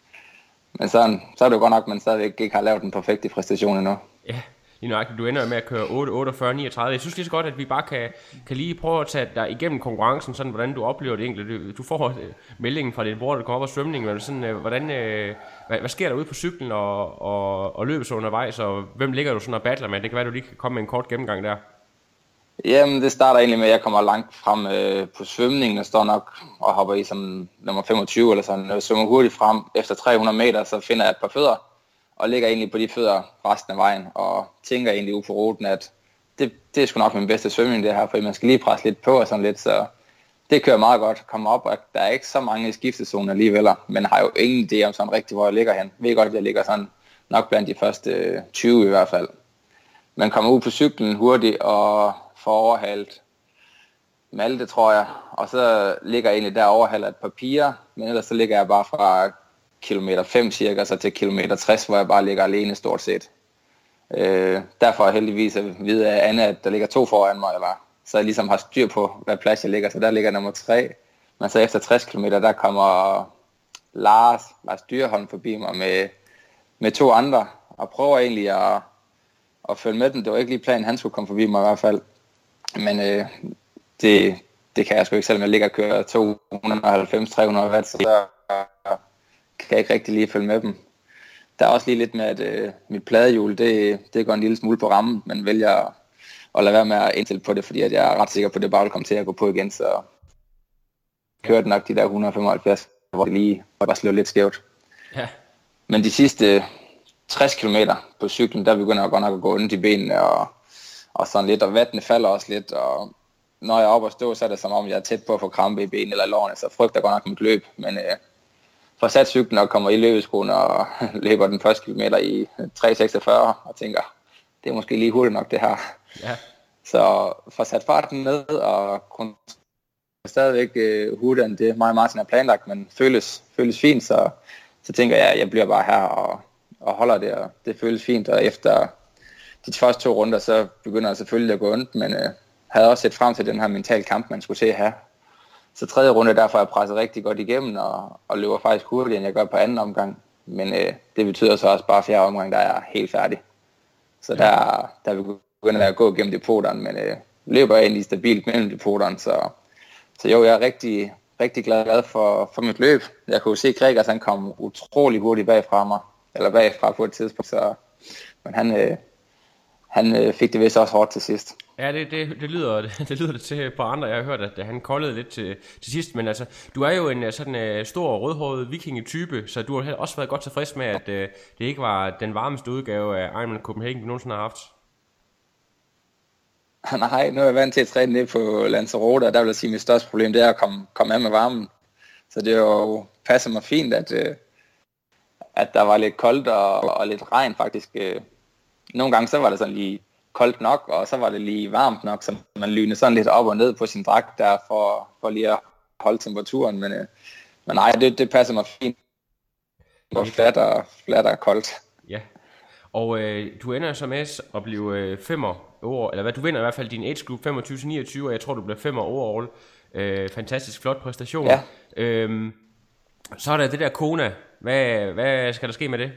Men sådan, så er det jo godt nok, at man stadigvæk ikke har lavet den perfekte præstation endnu. Ja, lige nøjagtigt. Du ender med at køre otte otteogfyrre niogtredive. Jeg synes lige så godt, at vi bare kan, kan lige prøve at tage dig igennem konkurrencen, sådan hvordan du oplever det egentlig. Du får meldingen fra din bror, der kommer op og svømning, men sådan, hvordan, hvad, hvad sker der ude på cyklen og, og, og løbet så undervejs, og hvem ligger du sådan og battler med? Det kan være, du lige kan komme med en kort gennemgang der. Jamen, det starter egentlig med, at jeg kommer langt frem øh, på svømningen, og står nok og hopper i som nummer femogtyve eller sådan. Når jeg svømmer hurtigt frem efter tre hundrede meter, så finder jeg et par fødder, og ligger egentlig på de fødder resten af vejen, og tænker egentlig ude på ruten, at det, det er sgu nok min bedste svømning det her, for man skal lige presse lidt på og sådan lidt, så det kører meget godt. Kommer op, og der er ikke så mange i skiftezonen alligevel, men har jo ingen idé om sådan rigtigt, hvor jeg ligger hen. Jeg ved godt, at jeg ligger sådan nok blandt de første tyve i hvert fald. Man kommer ud på cyklen hurtigt og får overhalet Malte, tror jeg, og så ligger jeg egentlig der overhalet et par piger, men ellers så ligger jeg bare fra kilometer fem cirka, så til kilometer tres, hvor jeg bare ligger alene stort set. Øh, derfor er heldigvis at vide af Anne, at der ligger to foran mig, eller, så jeg ligesom har styr på, hvad plads jeg ligger, så der ligger nummer tre. Men så efter tres kilometer, der kommer Lars, Lars Dyrholm forbi mig med, med to andre, og prøver egentlig at, at følge med den. Det var ikke lige planen, han skulle komme forbi mig i hvert fald. Men øh, det, det kan jeg sgu ikke, selvom jeg ligger og kører to hundrede og halvfems til tre hundrede watt, så kan jeg ikke rigtig lige følge med dem. Der er også lige lidt med, at øh, mit pladehjul, det, det går en lille smule på rammen, men vælger at, at lade være med at indstille på det, fordi at jeg er ret sikker på, at det bare vil komme til at gå på igen, så kørte nok de der et hundrede og femoghalvfjerds, hvor det lige var slået lidt skævt. Ja. Men de sidste tres kilometer på cyklen, der begynder jeg godt nok at gå ondt i benene, og og sådan lidt, og vattene falder også lidt, og når jeg er oppe og stå, så er det som om, jeg er tæt på at få krampe i benene eller i lårene, så frygter godt nok mit løb, men øh, får sat cyklen og kommer i løbeskoene og løber den første kilometer i tre seksogfyrre og tænker, det er måske lige hurtigt nok det her. Ja. Så får sat farten ned og kun stadigvæk øh, hurtigere end det, mig og Martin har planlagt, men føles, føles fint, så, så tænker jeg, at jeg bliver bare her og, og holder det, og det føles fint, og efter de første to runder, så begynder det selvfølgelig at gå ondt, men øh, havde også set frem til den her mentale kamp, man skulle se have. Så tredje runde, derfor er jeg presset rigtig godt igennem, og, og løber faktisk hurtigere, end jeg gør på anden omgang. Men øh, det betyder så også bare fjerde omgang, der er helt færdig. Så ja. der, der vil begynde at gå gennem depoterne, men øh, løber jeg egentlig stabilt mellem depoterne. Så, så jo, jeg er rigtig, rigtig glad for, for mit løb. Jeg kunne se, at Gregers han kom utrolig hurtigt bagfra mig, eller bagfra på et tidspunkt, så, men han, øh, han øh, fik det vist også hårdt til sidst. Ja, det, det, det, lyder, det lyder det til på andre. Jeg har hørt, at han koldede lidt til, til sidst. Men altså, du er jo en sådan uh, stor, rødhåret vikingetype, så du har også været godt tilfreds med, at uh, det ikke var den varmeste udgave af Ironman Copenhagen, du nogensinde har haft. Nej, nu er jeg vant til at træne ned på Lanzarote, og der vil jeg sige, at mit største problem det er at komme, komme af med varmen. Så det jo passer mig fint, at, uh, at der var lidt koldt og, og lidt regn faktisk. Uh, nogle gange så var det sådan lige koldt nok, og så var det lige varmt nok, så man lynede sådan lidt op og ned på sin dragt der, for, for lige at holde temperaturen, men, øh, men nej, det, det passer mig fint. Det var flat og, flat og koldt. Ja, og øh, du ender så med at blive øh, femmer over, eller hvad, du vinder i hvert fald din age group femogtyve til niogtyve, og jeg tror, du bliver femmer overall. Øh, fantastisk flot præstation. Ja. Øhm, så er der det der Kona. Hvad, hvad skal der ske med det?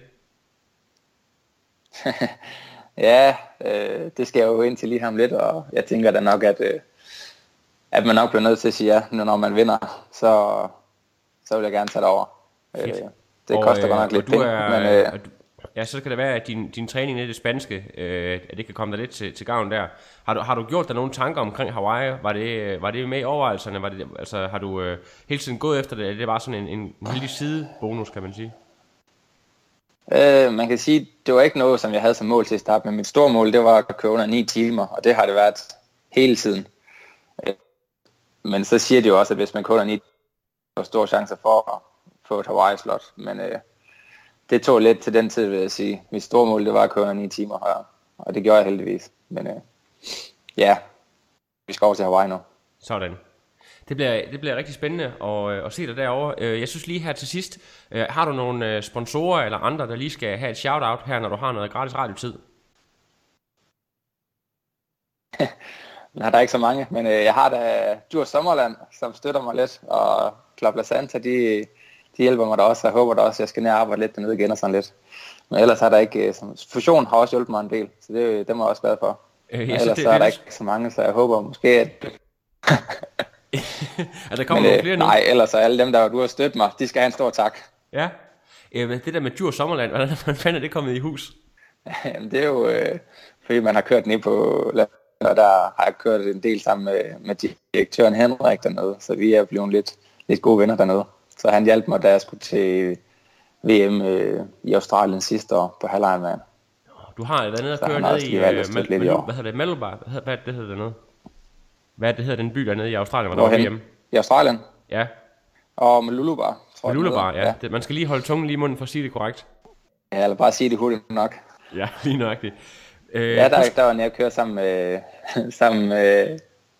Ja, øh, det skal jeg jo ind til lige ham lidt, og jeg tænker da nok, at, øh, at man nok bliver nødt til at sige ja, når man vinder, så, så vil jeg gerne tage det over. Øh, det og, koster godt nok øh, lidt penge, er, men... Øh, du, ja, så kan det være, at din, din træning i det spanske, øh, at det kan komme dig lidt til, til gavn der. Har du, har du gjort dig nogle tanker omkring Hawaii? Var det, var det med i overvejelserne? Var det, altså, har du øh, hele tiden gået efter det? Det var sådan en, en, en lille sidebonus, kan man sige. Øh, man kan sige, det var ikke noget, som jeg havde som mål til at starte med. Mit store mål, det var at køre under ni timer, og det har det været hele tiden. Øh, men så siger de jo også, at hvis man kører under ni timer, er der store chancer for at få et Hawaii-slot. Men øh, det tog lidt til den tid, vil jeg sige. Mit store mål, det var at køre under ni timer højere, og det gjorde jeg heldigvis. Men øh, ja, vi skal over til Hawaii nu. Sådan. Det bliver, det bliver rigtig spændende at, at se dig derovre. Jeg synes lige her til sidst, har du nogle sponsorer eller andre, der lige skal have et shout-out her, når du har noget gratis radiotid? Jeg har der ikke så mange, men jeg har da Djurs Sommerland, som støtter mig lidt, og Club La Santa, de, de hjælper mig da også, og jeg håber da også, at jeg skal ned og arbejde lidt dernede igen og sådan lidt. Men ellers har der ikke, Fusion har også hjulpet mig en del, så det, det er jeg også glad for. Øh, men ellers det, så er der det, ikke så mange, så jeg håber måske, at... at der kommer men, nogle flere nu? Nej, ellers er alle dem, der du har støttet mig, de skal have en stor tak. Ja, øh, det der med Djurs Sommerland, hvordan fanden er det kommet i hus? Jamen, det er jo, øh, fordi man har kørt ned på landet, og der har jeg kørt en del sammen med, med direktøren Henrik dernede, så vi er blevet lidt, lidt gode venner dernede. Så han hjalp mig, da jeg skulle til V M øh, i Australien sidste år på halv Ironman. Du har været nede og køre ned i, uh, Mal- Mal- Mal- hvad hedder det, Melbourne, hvad, hvad det hedder dernede? Hvad det hedder den by dernede i Australien, hvor der var V M? I Australien? Ja. Og Malulubar, tror jeg. Malulubar, ja. ja. Det, man skal lige holde tungen lige i munden for at sige det korrekt. Ja, eller bare sige det hurtigt nok. Ja, lige nøjagtigt. Øh, ja, der, husk... der var jeg kører sammen med, sammen med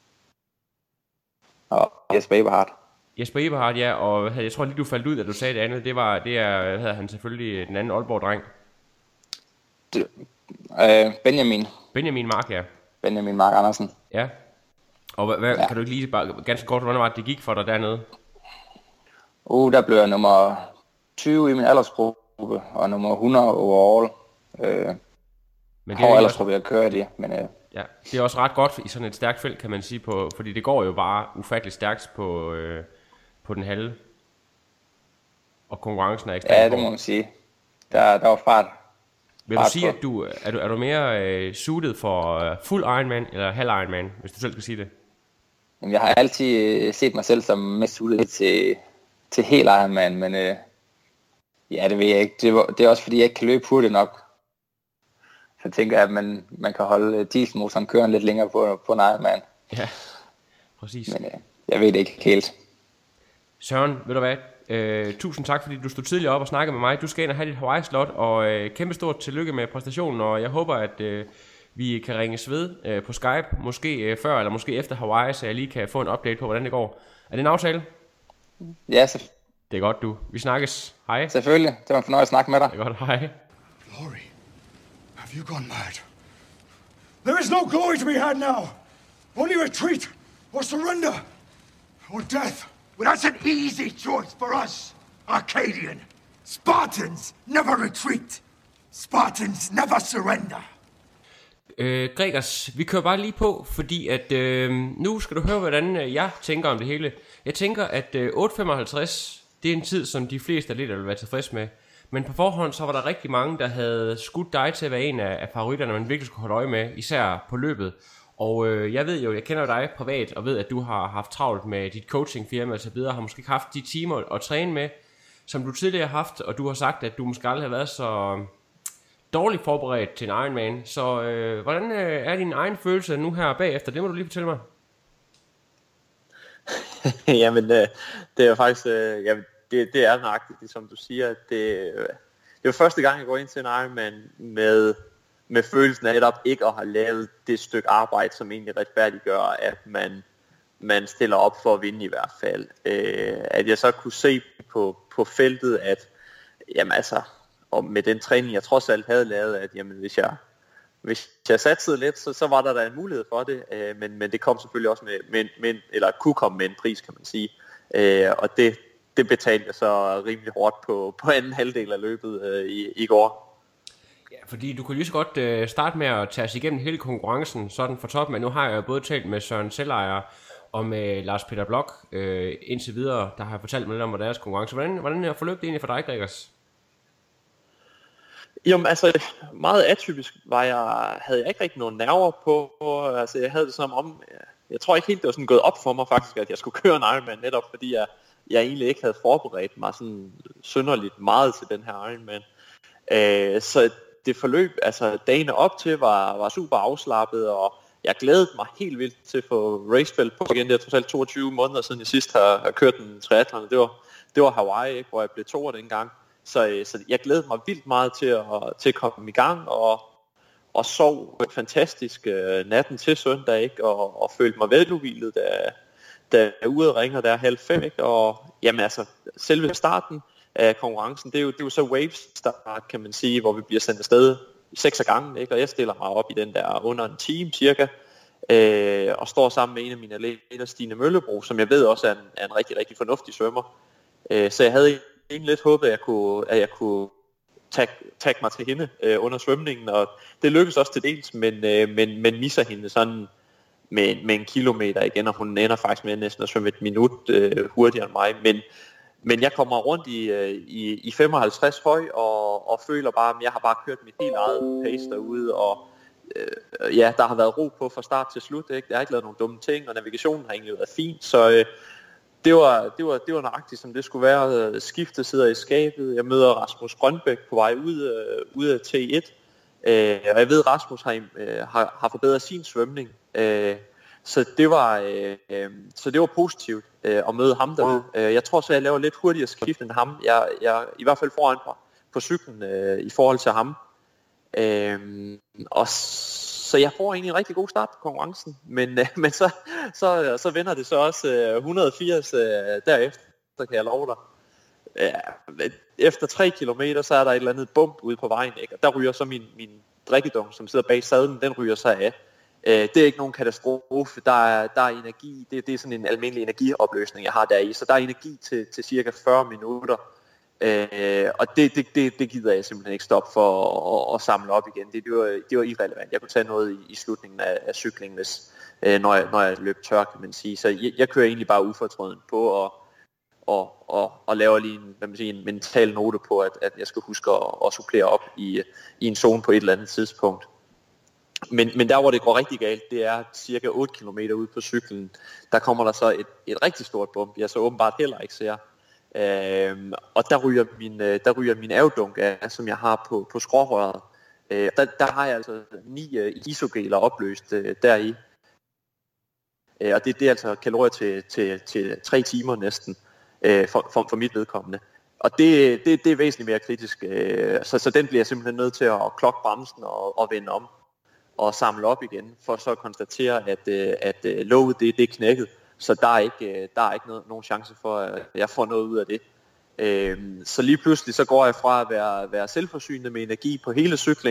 og Jesper Eberhardt. Jesper Eberhardt, ja, og jeg tror lige du faldt ud, da du sagde det andet. Det var, det er, hvad hedder han selvfølgelig, den anden Aalborg-dreng. Det, øh, Benjamin. Benjamin Mark, ja. Benjamin Mark Andersen. Ja. Og hvad, hvad ja. kan du ikke lige bare ganske kort, hvordan var det, det gik for dig dernede? Uh, der blev jeg nummer tyve i min aldersgruppe, og nummer hundrede overall. Øh, men det er aldersgruppe, jeg kører i, men... Øh, ja, det er også ret godt i sådan et stærkt felt, kan man sige, på, fordi det går jo bare ufatteligt stærkt på, øh, på den halve. Og konkurrencen er ekstremt. Ja, det må man sige. Der, der var fart. Vil du sige, at du er, du, er du mere øh, suited for øh, fuld Ironman eller halv Ironman, hvis du selv skal sige det? Jamen, jeg har altid set mig selv som mest suited til, til hel Ironman, men øh, ja, det ved jeg ikke. Det, var, det er også fordi, jeg ikke kan løbe hurtigt nok. Så tænker jeg, at man, man kan holde dieselmotoren kørende lidt længere på, på en Ironman. Ja, præcis. Men øh, jeg ved det ikke helt. Søren, ved du hvad? Uh, tusind tak, fordi du stod tidligt op og snakkede med mig. Du skal ind og have dit Hawaii-slot, og uh, kæmpe stort tillykke med præstationen, og jeg håber, at uh, vi kan ringes ved uh, på Skype, måske uh, før eller måske efter Hawaii, så jeg lige kan få en update på, hvordan det går. Er det en aftale? Ja, så... Det er godt, du. Vi snakkes. Hej. Selvfølgelig. Det var en fornøjelse at snakke med dig. Det er godt. Hej. Glory. Have you gone mad? There is no glory to be had now. Only retreat or surrender or death. Well, that's an easy choice for us, Arcadian. Spartans never retreat. Spartans never surrender. Øh, Gregers, vi kører bare lige på, fordi at øh, nu skal du høre, hvordan øh, jeg tænker om det hele. Jeg tænker, at øh, otte femoghalvtreds, det er en tid, som de fleste atleter vil være tilfreds med. Men på forhånd, så var der rigtig mange, der havde skudt dig til at være en af, af favoritterne, man virkelig skulle holde øje med, især på løbet. Og øh, jeg ved jo, jeg kender jo dig privat, og ved, at du har haft travlt med dit coachingfirma og så videre, har måske ikke haft de timer at træne med, som du tidligere har haft, og du har sagt, at du måske aldrig har været så dårligt forberedt til en Ironman. Så øh, hvordan øh, er din egen følelse nu her bagefter? Det må du lige fortælle mig. Jamen, øh, det er faktisk, øh, jamen, det, det er nøjagtigt, som du siger. Det, øh, det er jo første gang, jeg går ind til en Ironman med, med følelsen af netop ikke at have lavet det stykke arbejde, som egentlig retfærdiggør, at man, man stiller op for at vinde i hvert fald. Øh, at jeg så kunne se på, på feltet, at jamen altså, og med den træning, jeg trods alt havde lavet, at jamen, hvis jeg hvis jeg satsede lidt, så, så var der da en mulighed for det, øh, men, men det kom selvfølgelig også med, med, med, eller kunne komme med en pris, kan man sige, øh, og det, det betalte jeg så rimelig hårdt på, på anden halvdel af løbet øh, i, i går. Ja, fordi du kunne lige så godt øh, starte med at tage os igennem hele konkurrencen, sådan for toppen, men nu har jeg jo både talt med Søren Sellejer og med Lars Peter Blok øh, indtil videre, der har fortalt mig lidt om deres konkurrence. Hvordan, hvordan er forløbet egentlig for dig, Gregers? Jamen altså, meget atypisk var jeg, havde jeg ikke rigtig nogen nerver på, altså jeg havde det som om, jeg tror ikke helt det var sådan gået op for mig faktisk, at jeg skulle køre en Ironman, netop fordi jeg, jeg egentlig ikke havde forberedt mig sådan synderligt meget til den her Ironman. Øh, så det forløb, altså dagene op til, var, var super afslappet, og jeg glædede mig helt vildt til at få racefelt på igen. Det er trods alt toogtyve måneder siden jeg sidst har, har kørt en triathlon, det var, det var Hawaii, ikke, hvor jeg blev toer dengang. Så, så jeg glædede mig vildt meget til at, til at komme i gang, og, og sov fantastisk uh, natten til søndag, ikke? Og, og følte mig veludhvilet, da, da uret ringer, der er halv fem, ikke? Og jamen altså, selve starten af konkurrencen, det er jo, det er jo så waves start, kan man sige, hvor vi bliver sendt afsted seks af gangen, ikke? Og jeg stiller mig op i den der under en time cirka, øh, og står sammen med en af mine atleter, Stine Møllebro, som jeg ved også er en, er en rigtig, rigtig fornuftig svømmer. Øh, så jeg havde egentlig lidt håbet, at jeg kunne, at jeg kunne tag, tag mig til hende øh, under svømningen, og det lykkedes også til dels, men, øh, men, men misser hende sådan med, med en kilometer igen, og hun ender faktisk med næsten at svømme et minut øh, hurtigere end mig, men, men jeg kommer rundt i, øh, i, i femoghalvtreds høj, og, og føler bare, at jeg har bare kørt mit helt eget pace derude, og øh, ja, der har været ro på fra start til slut, ikke? Jeg har ikke lavet nogle dumme ting, og navigationen har egentlig været fint, så øh, Det var, det, var, det var nøjagtigt, som det skulle være. Skiftet sidder i skabet. Jeg møder Rasmus Grønbæk på vej ud, øh, ud af T et. Øh, og jeg ved, at Rasmus har, øh, har, har forbedret sin svømning. Øh, så, det var, øh, øh, så det var positivt øh, at møde ham derude. Øh, jeg tror så, jeg laver lidt hurtigere skift end ham. Jeg, jeg i hvert fald foran på, på cyklen øh, i forhold til ham. Øh, og Så jeg får egentlig en rigtig god start på konkurrencen, men, øh, men så, så, så vender det så også øh, et hundrede og firs øh, derefter, så kan jeg love dig. Ja, efter tre kilometer, så er der et eller andet bump ude på vejen, ikke? Og der ryger så min, min drikkedunk, som sidder bag sadlen, den ryger så af. Øh, det er ikke nogen katastrofe, der er, der er energi, det, det er sådan en almindelig energiopløsning, jeg har der i, så der er energi til, til cirka fyrre minutter. Øh, og det, det, det, det gider jeg simpelthen ikke stoppe for at, at, at samle op igen. Det, det, var, det var irrelevant. Jeg kunne tage noget i, i slutningen af, af cyklingen, hvis, øh, når, jeg, når jeg løb tør, kan man sige. Så jeg, jeg kører egentlig bare ufortrødent på og, og, og, og laver lige en, hvad man siger, en mental note på, at, at jeg skal huske at, at supplere op i, i en zone på et eller andet tidspunkt. Men, men der hvor det går rigtig galt, det er cirka otte kilometer ude på cyklen. Der kommer der så et, et rigtig stort bump, jeg så åbenbart heller ikke ser. Øhm, og der ryger min, der ryger min avdunk af, som jeg har på, på skrårøret. Øh, der, der har jeg altså ni uh, isogeler opløst uh, deri. Øh, og det, det er altså kalorier til, til, til tre timer næsten uh, for, for, for mit vedkommende. Og det, det, det er væsentligt mere kritisk. Uh, så, så den bliver jeg simpelthen nødt til at klokke bremsen og, og vende om og samle op igen, for så at konstatere, at, uh, at uh, låget det, det er knækket. Så der er ikke, der er ikke noget, nogen chance for, at jeg får noget ud af det. Øhm, så lige pludselig så går jeg fra at være, være selvforsynende med energi på hele cyklingen,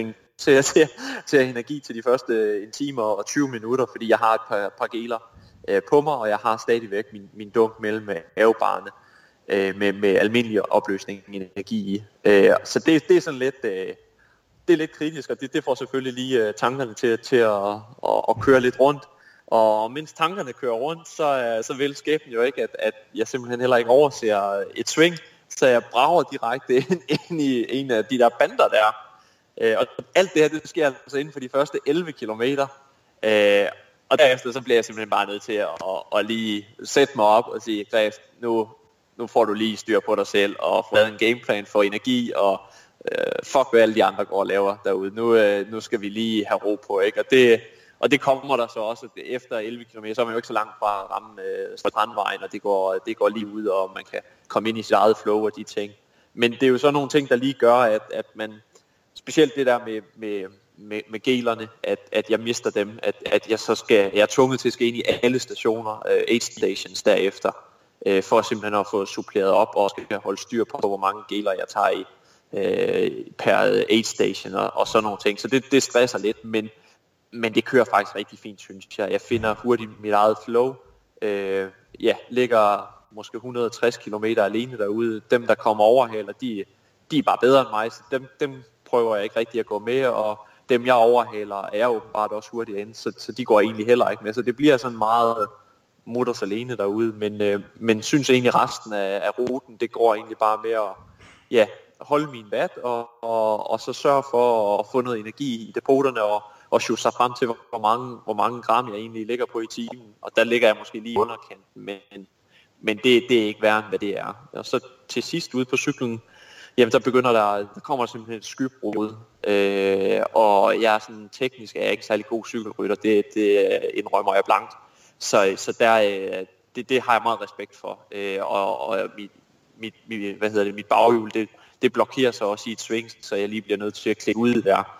til, til, til at have energi til de første en time og tyve minutter, fordi jeg har et par, par geler øh, på mig, og jeg har stadigvæk min, min dunk mellem aerobarne øh, med, med almindelig opløsning energi i. Øh, så det, det er sådan lidt... Øh, det er lidt kritisk, og det, det får selvfølgelig lige uh, tankerne til, til at, at, at køre lidt rundt. Og mens tankerne kører rundt, så, uh, så vil skæbnen jo ikke, at, at jeg simpelthen heller ikke overser et swing, så jeg brager direkte ind, ind i en af de der bander der. Uh, og alt det her, det sker altså inden for de første elleve kilometer. Uh, og derefter så bliver jeg simpelthen bare nødt til at, at, at lige sætte mig op og sige, Gref, nu, nu får du lige styr på dig selv, og få lavet en gameplan for energi, og Uh, fuck hvad alle de andre går og laver derude. Nu, uh, nu skal vi lige have ro på, ikke? Og det, og det kommer der så også efter elleve kilometer, så er man jo ikke så langt fra at ramme uh, strandvejen, og det går, det går lige ud, og man kan komme ind i sit eget flow og de ting. Men det er jo så nogle ting, der lige gør, at, at man, specielt det der med, med, med, med gelerne, at, at jeg mister dem, at, at jeg så skal, jeg er tvunget til at skal ind i alle stationer, uh, aid stations derefter, uh, for simpelthen at få suppleret op, og skal holde styr på, hvor mange geler jeg tager i Øh, per aid station og, og sådan nogle ting, så det, det stresser lidt, men, men det kører faktisk rigtig fint, synes jeg. Jeg finder hurtigt mit eget flow, øh, ja, ligger måske et hundrede og tres kilometer alene derude. Dem der kommer overhaler, de, de er bare bedre end mig, så dem, dem prøver jeg ikke rigtig at gå med, og dem jeg overhaler er åbenbart også hurtigt ind, så, så de går egentlig heller ikke med, så det bliver sådan meget mutters alene derude, men, øh, men synes egentlig resten af, af ruten, det går egentlig bare med at, ja, holde min watt, og, og, og så sørge for at få noget energi i depoterne, og, og shoot sig frem til, hvor mange, hvor mange gram jeg egentlig ligger på i timen. Og der ligger jeg måske lige underkendt, men, men det, det er ikke værre end, hvad det er. Og så til sidst ude på cyklen, jamen der begynder der, der kommer simpelthen et skybrud, øh, og jeg er sådan teknisk, er jeg ikke særlig god cykelrytter, det, det indrømmer jeg blankt. Så, så der, det, det har jeg meget respekt for, øh, og, og mit, mit, mit, hvad hedder det, mit baghjul, det det blokerer sig også i et swing, så jeg lige bliver nødt til at klikke ud der.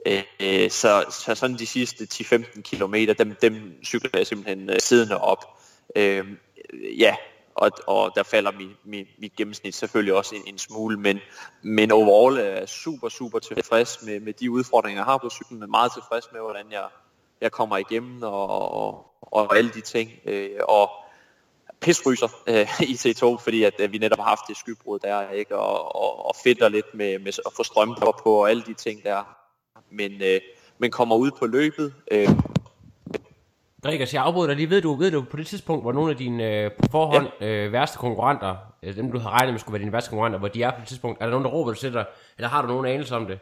Øh, så, så sådan de sidste ti til femten kilometer, dem, dem cykler jeg simpelthen øh, siddende op. Øh, ja, og, og der falder mit, mit, mit gennemsnit selvfølgelig også en, en smule, men, men overall er jeg super, super tilfreds med, med de udfordringer, jeg har på cyklen, men meget tilfreds med, hvordan jeg, jeg kommer igennem, og, og, og alle de ting. Øh, og pisryser øh, i T to, fordi at, at vi netop har haft det skybrud der, ikke? Og, og, og fedter lidt med, med at få strømper på og alle de ting der. Men, øh, men kommer ud på løbet. Øh. Gregers, jeg afbryder dig lige. Ved du, ved du på det tidspunkt, hvor nogle af dine øh, på forhånd ja. øh, værste konkurrenter, øh, dem du har regnet med skulle være dine værste konkurrenter, hvor de er på det tidspunkt, er der nogen, der råber til dig, eller har du nogen anelse om det?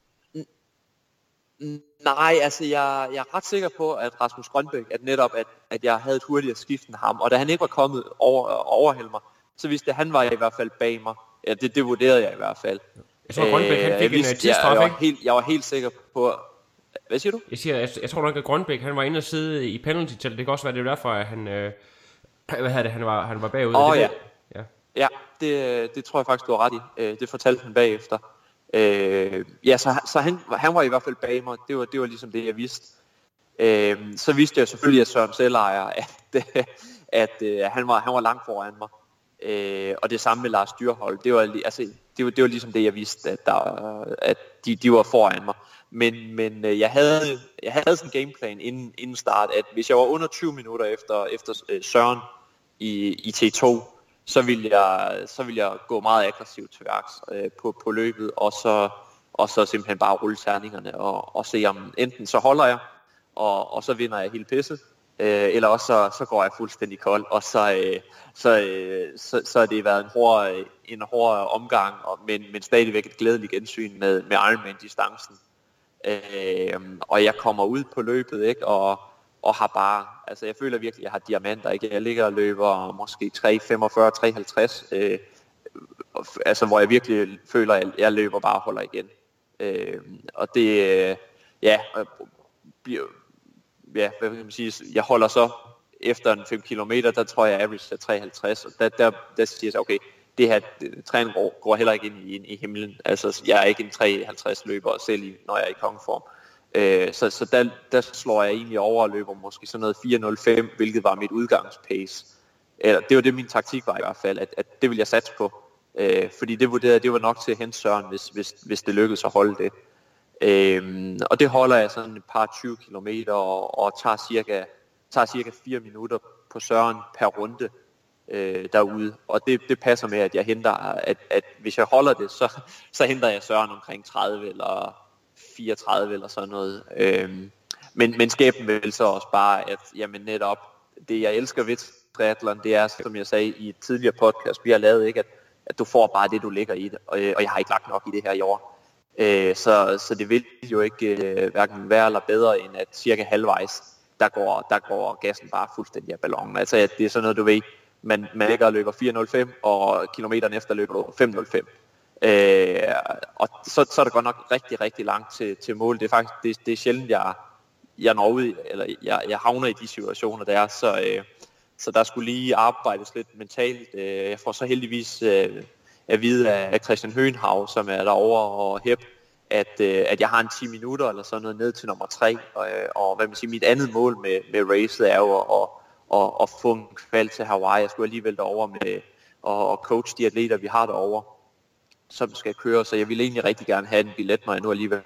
Nej, altså jeg, jeg er ret sikker på, at Rasmus Grønbæk, at netop at, at jeg havde et hurtigere skift end ham, og da han ikke var kommet over overhælde mig, så vidste jeg, at han var i hvert fald bag mig. Ja, det, det vurderede jeg i hvert fald. Jeg tror, Grønbæk han fik vidste, en tidsstraf, jeg, jeg, ikke? var helt, jeg var helt sikker på... Hvad siger du? Jeg siger, jeg, jeg tror nok, at Grønbæk han var inde og sidde i penalty til. Det kan også være, det er derfor, at han, øh, hvad havde det, han var, han var bagud. Åh oh, ja. ja, ja det, det tror jeg faktisk, du har ret i. Det fortalte han bagefter. Øh, ja, så, så han, han var i hvert fald bag mig. Det var, det var ligesom det, jeg vidste. Øh, så vidste jeg selvfølgelig, at Søren Sellejer, at, at, at, at han, var, han var langt foran mig. Øh, og det samme med Lars Dyrholm. Det var, altså, det var, det var ligesom det, jeg vidste, at, der, at de, de var foran mig. Men, men jeg havde, jeg havde sådan en gameplan inden, inden start, at hvis jeg var under tyve minutter efter, efter Søren i, i T to, så vil jeg så vil jeg gå meget aggressivt til værks øh, på på løbet, og så og så simpelthen bare rulle terningerne og og se om enten så holder jeg, og og så vinder jeg hele pisset, øh, eller også så så går jeg fuldstændig kold, og så øh, så, øh, så så har det været en hård en hård omgang, og men men stadigvæk et glædeligt gensyn med med Ironman distancen. Øh, og jeg kommer ud på løbet, ikke, og og har bare, altså jeg føler virkelig, at jeg har diamanter, ikke? Jeg ligger og løber måske tre femogfyrre tre halvtreds, øh, altså hvor jeg virkelig føler, at jeg løber bare og holder igen. Øh, og det, øh, ja, ja, hvad kan man sige, jeg holder så efter en fem kilometer, der tror jeg, average er tre halvtreds, og der, der, der siger jeg, okay, det her træning går, går heller ikke ind i, ind i himlen, altså jeg er ikke en tre halvtreds løber selv, i, når jeg er i kongeform. Øh, så så der, der slår jeg egentlig over og løber måske sådan noget fire nul fem, hvilket var mit udgangspace. Eller det var det min taktik var i hvert fald, at, at det ville jeg satse på. Øh, fordi det vurderede, det var nok til at hente Søren, hvis, hvis, hvis det lykkedes at holde det. Øhm, og det holder jeg sådan et par tyve kilometer og, og tager cirka, tager cirka fire minutter på Søren per runde øh, derude. Og det, det passer med, at jeg henter, at, at hvis jeg holder det, så, så henter jeg Søren omkring tredive eller fireogtredive eller sådan noget. Øhm, men, men skæbnen vil så også bare, at jamen netop, det jeg elsker ved triathlon, det er, som jeg sagde i et tidligere podcast, vi har lavet, ikke, at, at du får bare det, du lægger i det. Og, og jeg har ikke lagt nok i det her i år. Øh, så, så det vil jo ikke øh, hverken være eller bedre, end at cirka halvvejs, der går, der går gassen bare fuldstændig af ballonen. Altså at det er sådan noget, du ved, man, man ligger og løber fire nul fem, og kilometeren efter løber du fem nul fem. Øh, og så, så er det godt nok rigtig, rigtig langt til, til mål. Det er faktisk det, det er sjældent, jeg, jeg når ud, eller jeg, jeg havner i de situationer der, så, øh, så der skulle lige arbejdes lidt mentalt. Øh, jeg får så heldigvis øh, at vide af Christian Høenhav, som er derovre og hæb, at, øh, at jeg har en ti minutter eller sådan noget ned til nummer tre, og, og hvad man siger, mit andet mål med, med racet er jo at, at, at få en kval til Hawaii. Jeg skulle alligevel derover med og, og coach de atleter, vi har derovre, som skal køre, så jeg ville egentlig rigtig gerne have en billet, når jeg nu alligevel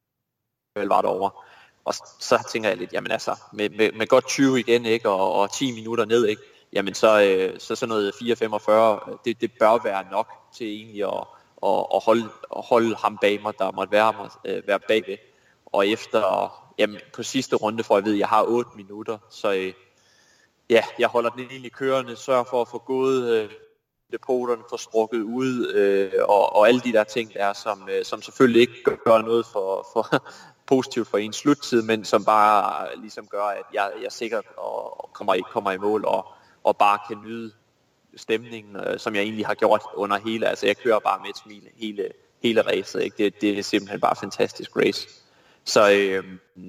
var derovre. Og så tænker jeg lidt, jamen altså, med, med, med godt tyve igen, ikke, og, og ti minutter ned, ikke, jamen så, øh, så sådan noget fire femogfyrre, det, det bør være nok til egentlig at, at, at, holde, at holde ham bag mig, der måtte være, mig, øh, være bagved. Og efter, jamen på sidste runde får jeg ved, at jeg har otte minutter, så øh, ja, jeg holder den egentlig kørende, sørger for at få gået øh, depoterne, få strukket ud, øh, og, og alle de der ting der, som, øh, som selvfølgelig ikke gør noget for, for positivt for en sluttid, men som bare ligesom gør, at jeg, jeg sikkert og kommer i, kommer i mål, og, og bare kan nyde stemningen, øh, som jeg egentlig har gjort under hele, altså jeg kører bare med et smil hele, hele racet, ikke? Det, det er simpelthen bare fantastisk race. Så, øh,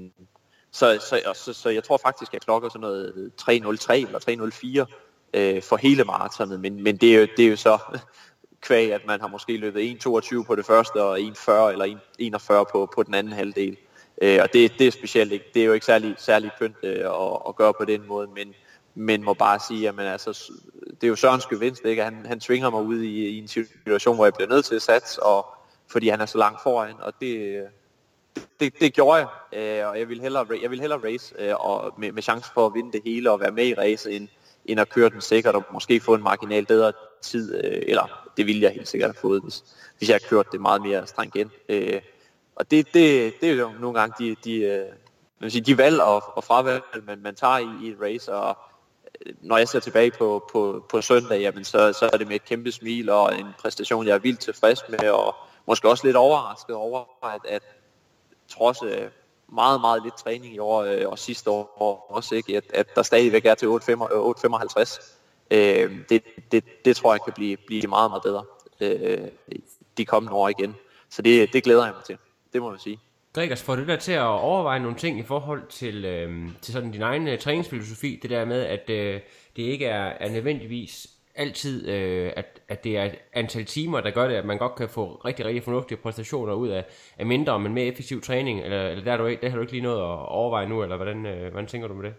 så, så, så, så jeg tror faktisk, jeg klokker sådan noget tre nul tre eller tre nul fire øh, for hele maratonet, men, men det, er jo, det er jo så kvæg, at man har måske løbet en toogtyve på det første, og en fyrre eller en enogfyrre på, på den anden halvdel. Øh, og det, det er specielt ikke, det er jo ikke særlig, særlig pynt øh, at, at gøre på den måde, men, men må bare sige, at altså, det er jo Sørens gevinst, ikke? Han, han tvinger mig ud i, i en situation, hvor jeg bliver nødt til at satse, og, fordi han er så langt foran, og det, det, det gjorde jeg, øh, og jeg vil hellere, jeg vil hellere race øh, og med, med chance for at vinde det hele og være med i racet, end, end at køre den sikkert og måske få en marginal bedre tid, øh, eller det ville jeg helt sikkert have fået, hvis, hvis jeg havde kørt det meget mere stringent. Øh, og det, det, det er jo nogle gange de, de, øh, man sige, de valg og, og fravalg, man, man tager i, i et race, og når jeg ser tilbage på, på, på søndag, jamen, så, så er det med et kæmpe smil og en præstation, jeg er vildt tilfreds med, og måske også lidt overrasket over, at, at trods øh, meget, meget lidt træning i år øh, og sidste år også, ikke, at, at der stadigvæk er til otte femoghalvtreds. Øh, det, det, det tror jeg kan blive, blive meget, meget bedre øh, de kommende år igen. Så det, det glæder jeg mig til, det må jeg sige. Gregers, får du der til at overveje nogle ting i forhold til, øh, til sådan din egen øh, træningsfilosofi, det der med, at øh, det ikke er, er nødvendigvis altid, øh, at, at det er et antal timer, der gør det, at man godt kan få rigtig, rigtig fornuftige præstationer ud af, af mindre, men mere effektiv træning, eller, eller der, er du ikke, der har du ikke lige noget at overveje nu, eller hvordan, øh, hvordan tænker du med det?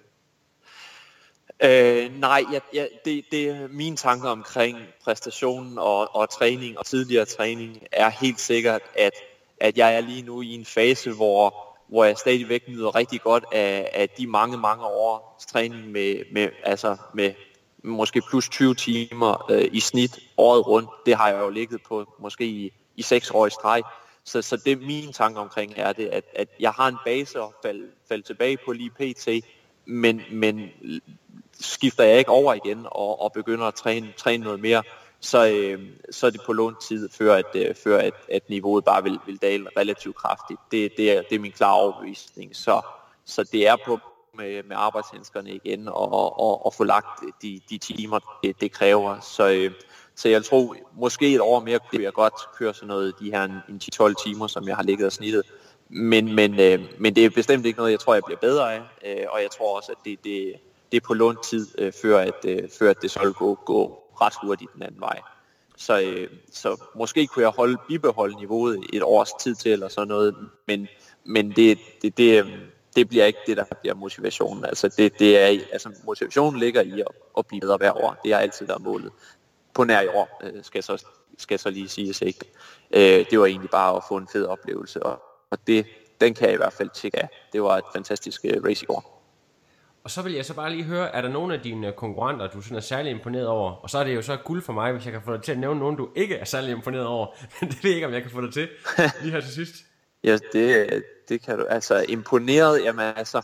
Øh, nej, ja, ja, det, det er mine tanker omkring præstationen og, og træning og tidligere træning er helt sikkert, at at jeg er lige nu i en fase, hvor, hvor jeg stadigvæk nyder rigtig godt af, af de mange, mange års træning med, med, altså med måske plus tyve timer øh, i snit året rundt. Det har jeg jo ligget på måske i, i seks år i streg. Så, så det er mine tanker omkring er det, at, at jeg har en base at falde, falde tilbage på lige pt, men, men skifter jeg ikke over igen og, og begynder at træne, træne noget mere, så, øh, så er det på lånt tid, før at, øh, før at, at niveauet bare vil, vil dale relativt kraftigt. Det, det, er, det er min klare overbevisning. Så, så det er på med, med arbejdshandskerne igen og, og, og få lagt de, de timer, det, det kræver. Så, øh, så jeg tror, måske et år mere kunne jeg godt køre sådan noget, de her en ti tolv timer, som jeg har ligget og snittet. Men, men, øh, men det er bestemt ikke noget, jeg tror, jeg bliver bedre af. Øh, og jeg tror også, at det, det, det er på lånt tid, øh, før, at, øh, før at det så vil gå, gå ret hurtigt den anden vej. Så, øh, så måske kunne jeg holde, bibeholde niveauet et års tid til, eller sådan noget, men, men det, det, det, det bliver ikke det, der bliver motivationen. Altså, det, det er, altså motivationen ligger i at, at blive bedre hver år. Det er altid, der er målet. På nær i år, øh, skal, så, skal så lige siges ikke. Øh, det var egentlig bare at få en fed oplevelse, og, og det, den kan jeg i hvert fald tjekke af. Det var et fantastisk uh, race i går. Og så vil jeg så bare lige høre, er der nogle af dine konkurrenter, du sådan er særlig imponeret over? Og så er det jo så guld for mig, hvis jeg kan få dig til at nævne nogen, du ikke er særlig imponeret over. Det ved jeg ikke, om jeg kan få dig til lige her til sidst. Ja, det, det kan du. Altså, imponeret, jamen altså,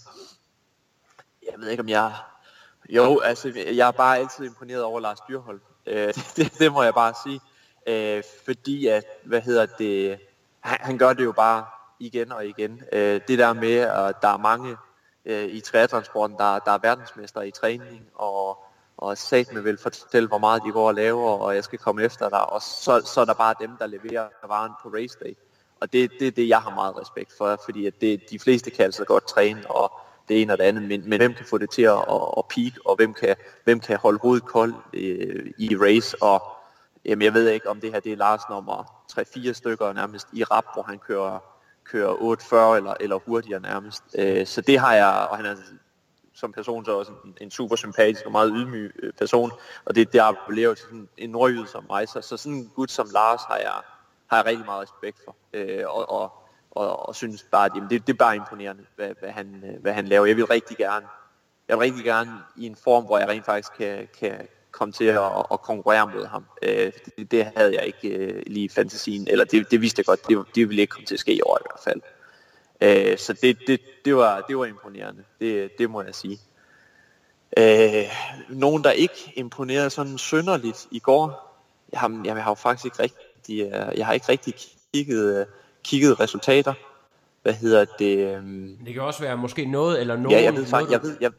jeg ved ikke, om jeg... Jo, altså, jeg er bare altid imponeret over Lars Dyrholm. Øh, det, det må jeg bare sige. Øh, fordi at, hvad hedder det, han, han gør det jo bare igen og igen. Øh, det der med, at der er mange øh, i triathlonsporten, der, der er verdensmestre i træning, og, og satme vil fortælle, hvor meget de går og laver, og jeg skal komme efter dig, og så, så er der bare dem, der leverer varen på race day. Og det er det, det, jeg har meget respekt for, fordi at det, de fleste kan altså godt træne, og det ene og det andet, men, men hvem kan få det til at, at, at peak, og hvem kan, hvem kan holde hovedet koldt øh, i race, og jamen, jeg ved ikke, om det her det er Lars nummer tre fire stykker nærmest i rap, hvor han kører, kører otte fyrre eller, eller hurtigere nærmest. Øh, så det har jeg, og han er som person så også en, en super sympatisk og meget ydmyg person, og det, det appellerer til sådan en nordjyde som mig, så, så sådan en gut som Lars har jeg, har jeg rigtig meget respekt for, øh, og, og, og, og synes bare, at jamen, det, det er bare imponerende, hvad, hvad, han, hvad han laver. Jeg vil rigtig gerne, jeg vil rigtig gerne i en form, hvor jeg rent faktisk kan, kan komme til at, at konkurrere mod ham. Øh, det, det havde jeg ikke øh, lige i fantasien, eller det, det vidste jeg godt, det, det ville ikke komme til at ske i år i hvert fald. Øh, så det, det, det, var, det var imponerende, det, det må jeg sige. Øh, nogen, der ikke imponerede sådan synderligt i går, jeg har, jeg har jo faktisk ikke rigtig, jeg har ikke rigtig kigget, kigget resultater. Hvad hedder det? Det kan også være måske noget eller nogen. Ja, jeg ved faktisk, jeg ved, jeg,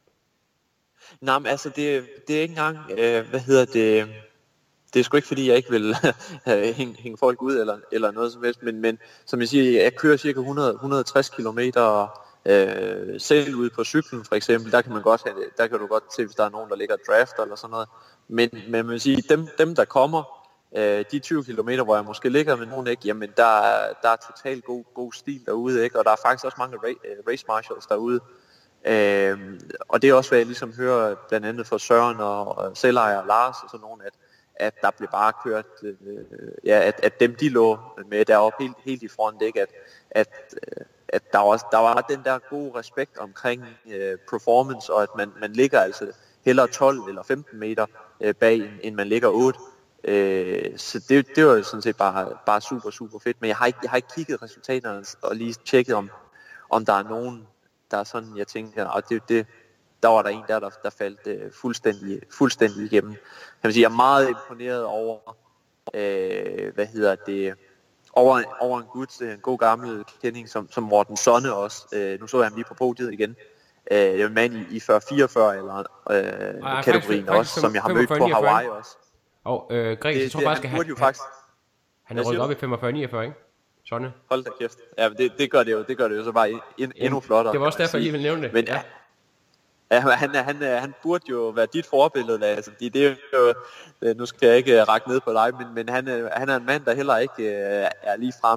nej, men altså det, det er ikke engang, øh, hvad hedder det, det er sgu ikke fordi jeg ikke vil hænge, hænge folk ud eller, eller noget som helst, men, men som jeg siger, jeg kører cirka hundrede til hundrede og tres kilometer øh, selv ude på cyklen for eksempel, der kan man godt have det, der kan du godt se, hvis der er nogen, der ligger draft eller sådan noget, men, men man vil sige, dem, dem der kommer, øh, de tyve kilometer, hvor jeg måske ligger med nogen, ikke, jamen der, der er totalt god, god stil derude, ikke, og der er faktisk også mange race marshals derude. Øh, og det er også, hvad jeg ligesom hører blandt andet fra Søren og Sellejer og Lars og sådan nogen, at, at der blev bare kørt, øh, ja, at, at dem de lå med deroppe helt, helt i front, ikke, at, at, at der, var, der var den der gode respekt omkring øh, performance, og at man, man ligger altså hellere tolv eller femten meter øh, bag, end man ligger otte. Øh, så det, det var sådan set bare, bare super, super fedt, men jeg har ikke, jeg har ikke kigget resultaterne og lige tjekket, om, om der er nogen, der er sådan, jeg tænker, og det, det, der var der en der, der, der faldt uh, fuldstændig, fuldstændig igennem. Kan man sige, jeg er meget imponeret over, øh, hvad hedder det, over, over en gut, en god gammel kending, som, som Morten Sonne også. Øh, nu så jeg ham lige på podiet igen. Øh, det er en mand i, i fyrre fireogfyrre eller øh, kategorien også, som jeg har mødt på Hawaii også. Og øh, Greg, jeg tror det, faktisk, han, at han, faktisk, han er rykket op i femogfyrre niogfyrre, ikke? Sonne. Hold da kæft. Ja, det, det gør det jo, det gør det jo så bare en, endnu flottere. Det var også derfor, jeg vil nævne det. Men ja. Ja, han, han, han burde jo være dit forbillede, Lasse, fordi det er jo, nu skal jeg ikke række ned på dig, men, men han, han er en mand, der heller ikke er lige frem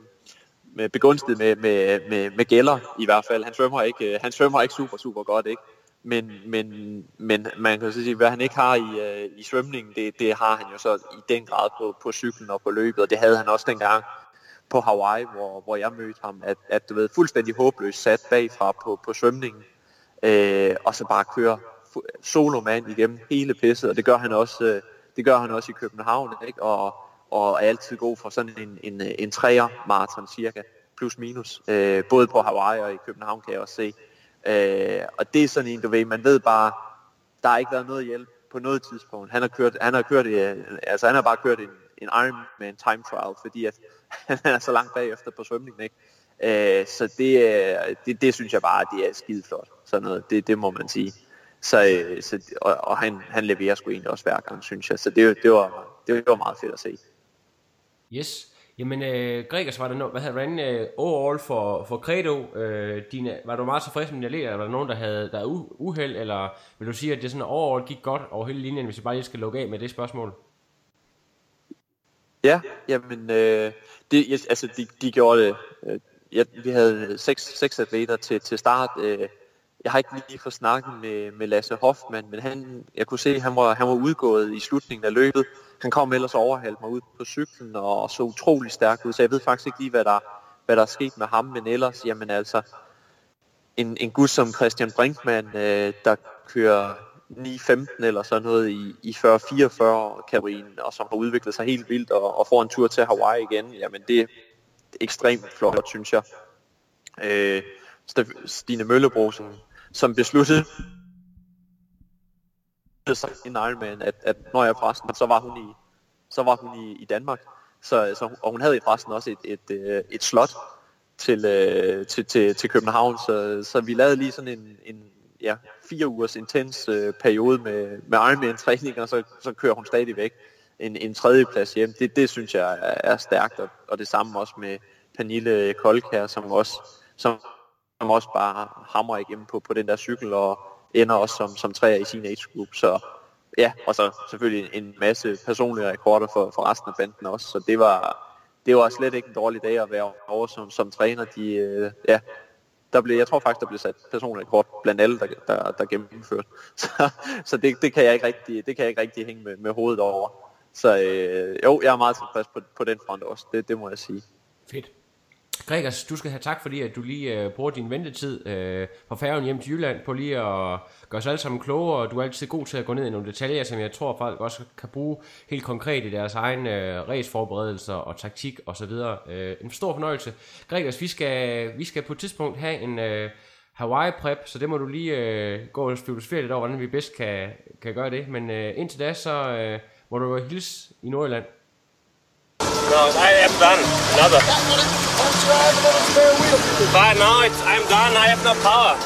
med begunstiget med, med, med, med gælder i hvert fald. Han svømmer ikke, han svømmer ikke super, super godt, ikke? Men, men, men man kan så sige, hvad han ikke har i, i svømningen, det, det har han jo så i den grad på, på cyklen og på løbet, og det havde han også dengang på Hawaii, hvor, hvor jeg mødte ham, at, at du ved, fuldstændig håbløst sat bagfra på, på svømningen, øh, og så bare køre solomand igennem hele pisset, og det gør han også, øh, det gør han også i København, ikke? Og, og er altid god for sådan en, en, en træer maraton cirka, plus minus, øh, både på Hawaii og i København kan jeg også se. Øh, og det er sådan en, du ved, man ved bare, der har ikke været noget hjælp på noget tidspunkt. Han har kørt, han har kørt, øh, altså han har bare kørt en, en Ironman time trial, fordi at han er så langt bagefter på svømningen, ikke? Øh, så det, det, det synes jeg bare, det er skideflot. Sådan noget, det, det må man sige. Så, så og, og han, han leverer sgu egentlig også hver gang, synes jeg. Så det, det var, det var meget fedt at se. Yes. Jamen, øh, Gregers, var der noget, hvad havde du øh, overall for, for Credo? Øh, dine, var du meget tilfreds med din atleter, eller var der nogen, der havde der u- uheld, eller vil du sige, at det sådan overall gik godt over hele linjen, hvis jeg bare lige skal lukke af med det spørgsmål? Ja, jamen, øh, det, altså, de, de gjorde det. Øh, ja, vi havde seks, seks atleter til, til start. Øh, jeg har ikke lige fået snakket med, med Lasse Hoffmann, men han, jeg kunne se, at han var, han var udgået i slutningen af løbet. Han kom ellers og overhalte mig ud på cyklen og så utrolig stærk ud, så jeg ved faktisk ikke lige, hvad der, hvad der er sket med ham, men ellers, jamen altså, en, en gut som Christian Brinkmann, øh, der kører ni femten eller sådan noget i, i fyrre fireogfyrre kategorien, og som har udviklet sig helt vildt, og, og får en tur til Hawaii igen, jamen det er ekstremt flot, synes jeg. Øh, Stine Møllebro, som, som besluttede sig i Ironman, at, at når jeg forresten, så var hun i, så var hun i, i Danmark, så, så, og hun havde forresten også et, et, et, et slot til, til, til, til København, så, så vi lavede lige sådan en, en ja, fire ugers intens øh, periode med, med Ironman-træning, og så, så kører hun stadigvæk en, en tredjeplads hjem. Det, det synes jeg er, er stærkt, og, og det samme også med Pernille Koldkær, som også, som, som også bare hamrer igennem på, på den der cykel, og ender også som, som træer i sin age group. Så ja, og så selvfølgelig en masse personlige rekorder for, for resten af banden også, så det var, det var slet ikke en dårlig dag at være over som, som træner. De, øh, ja, der blev, jeg tror faktisk, der blev sat personlig rekord blandt alle, der, der, der gennemførte. Så, så det, det, kan jeg ikke rigtig, det kan jeg ikke rigtig hænge med, med hovedet over. Så øh, jo, jeg er meget tilfreds på, på den front også, det, det må jeg sige. Fedt. Gregers, du skal have tak, fordi at du lige øh, bruger din ventetid øh, fra færgen hjem til Jylland på lige at gøre os alle sammen klogere, og du er altid god til at gå ned i nogle detaljer, som jeg tror folk også kan bruge helt konkret i deres egen øh, raceforberedelser og taktik osv. Øh, en stor fornøjelse. Gregers, vi skal, vi skal på et tidspunkt have en øh, Hawaii-prep, så det må du lige øh, gå og filosofere lidt over, hvordan vi bedst kan, kan gøre det. Men øh, indtil da, så øh, må du hilse i Nordjylland. No, I am done. Another. But now it's, I'm done. I have no power.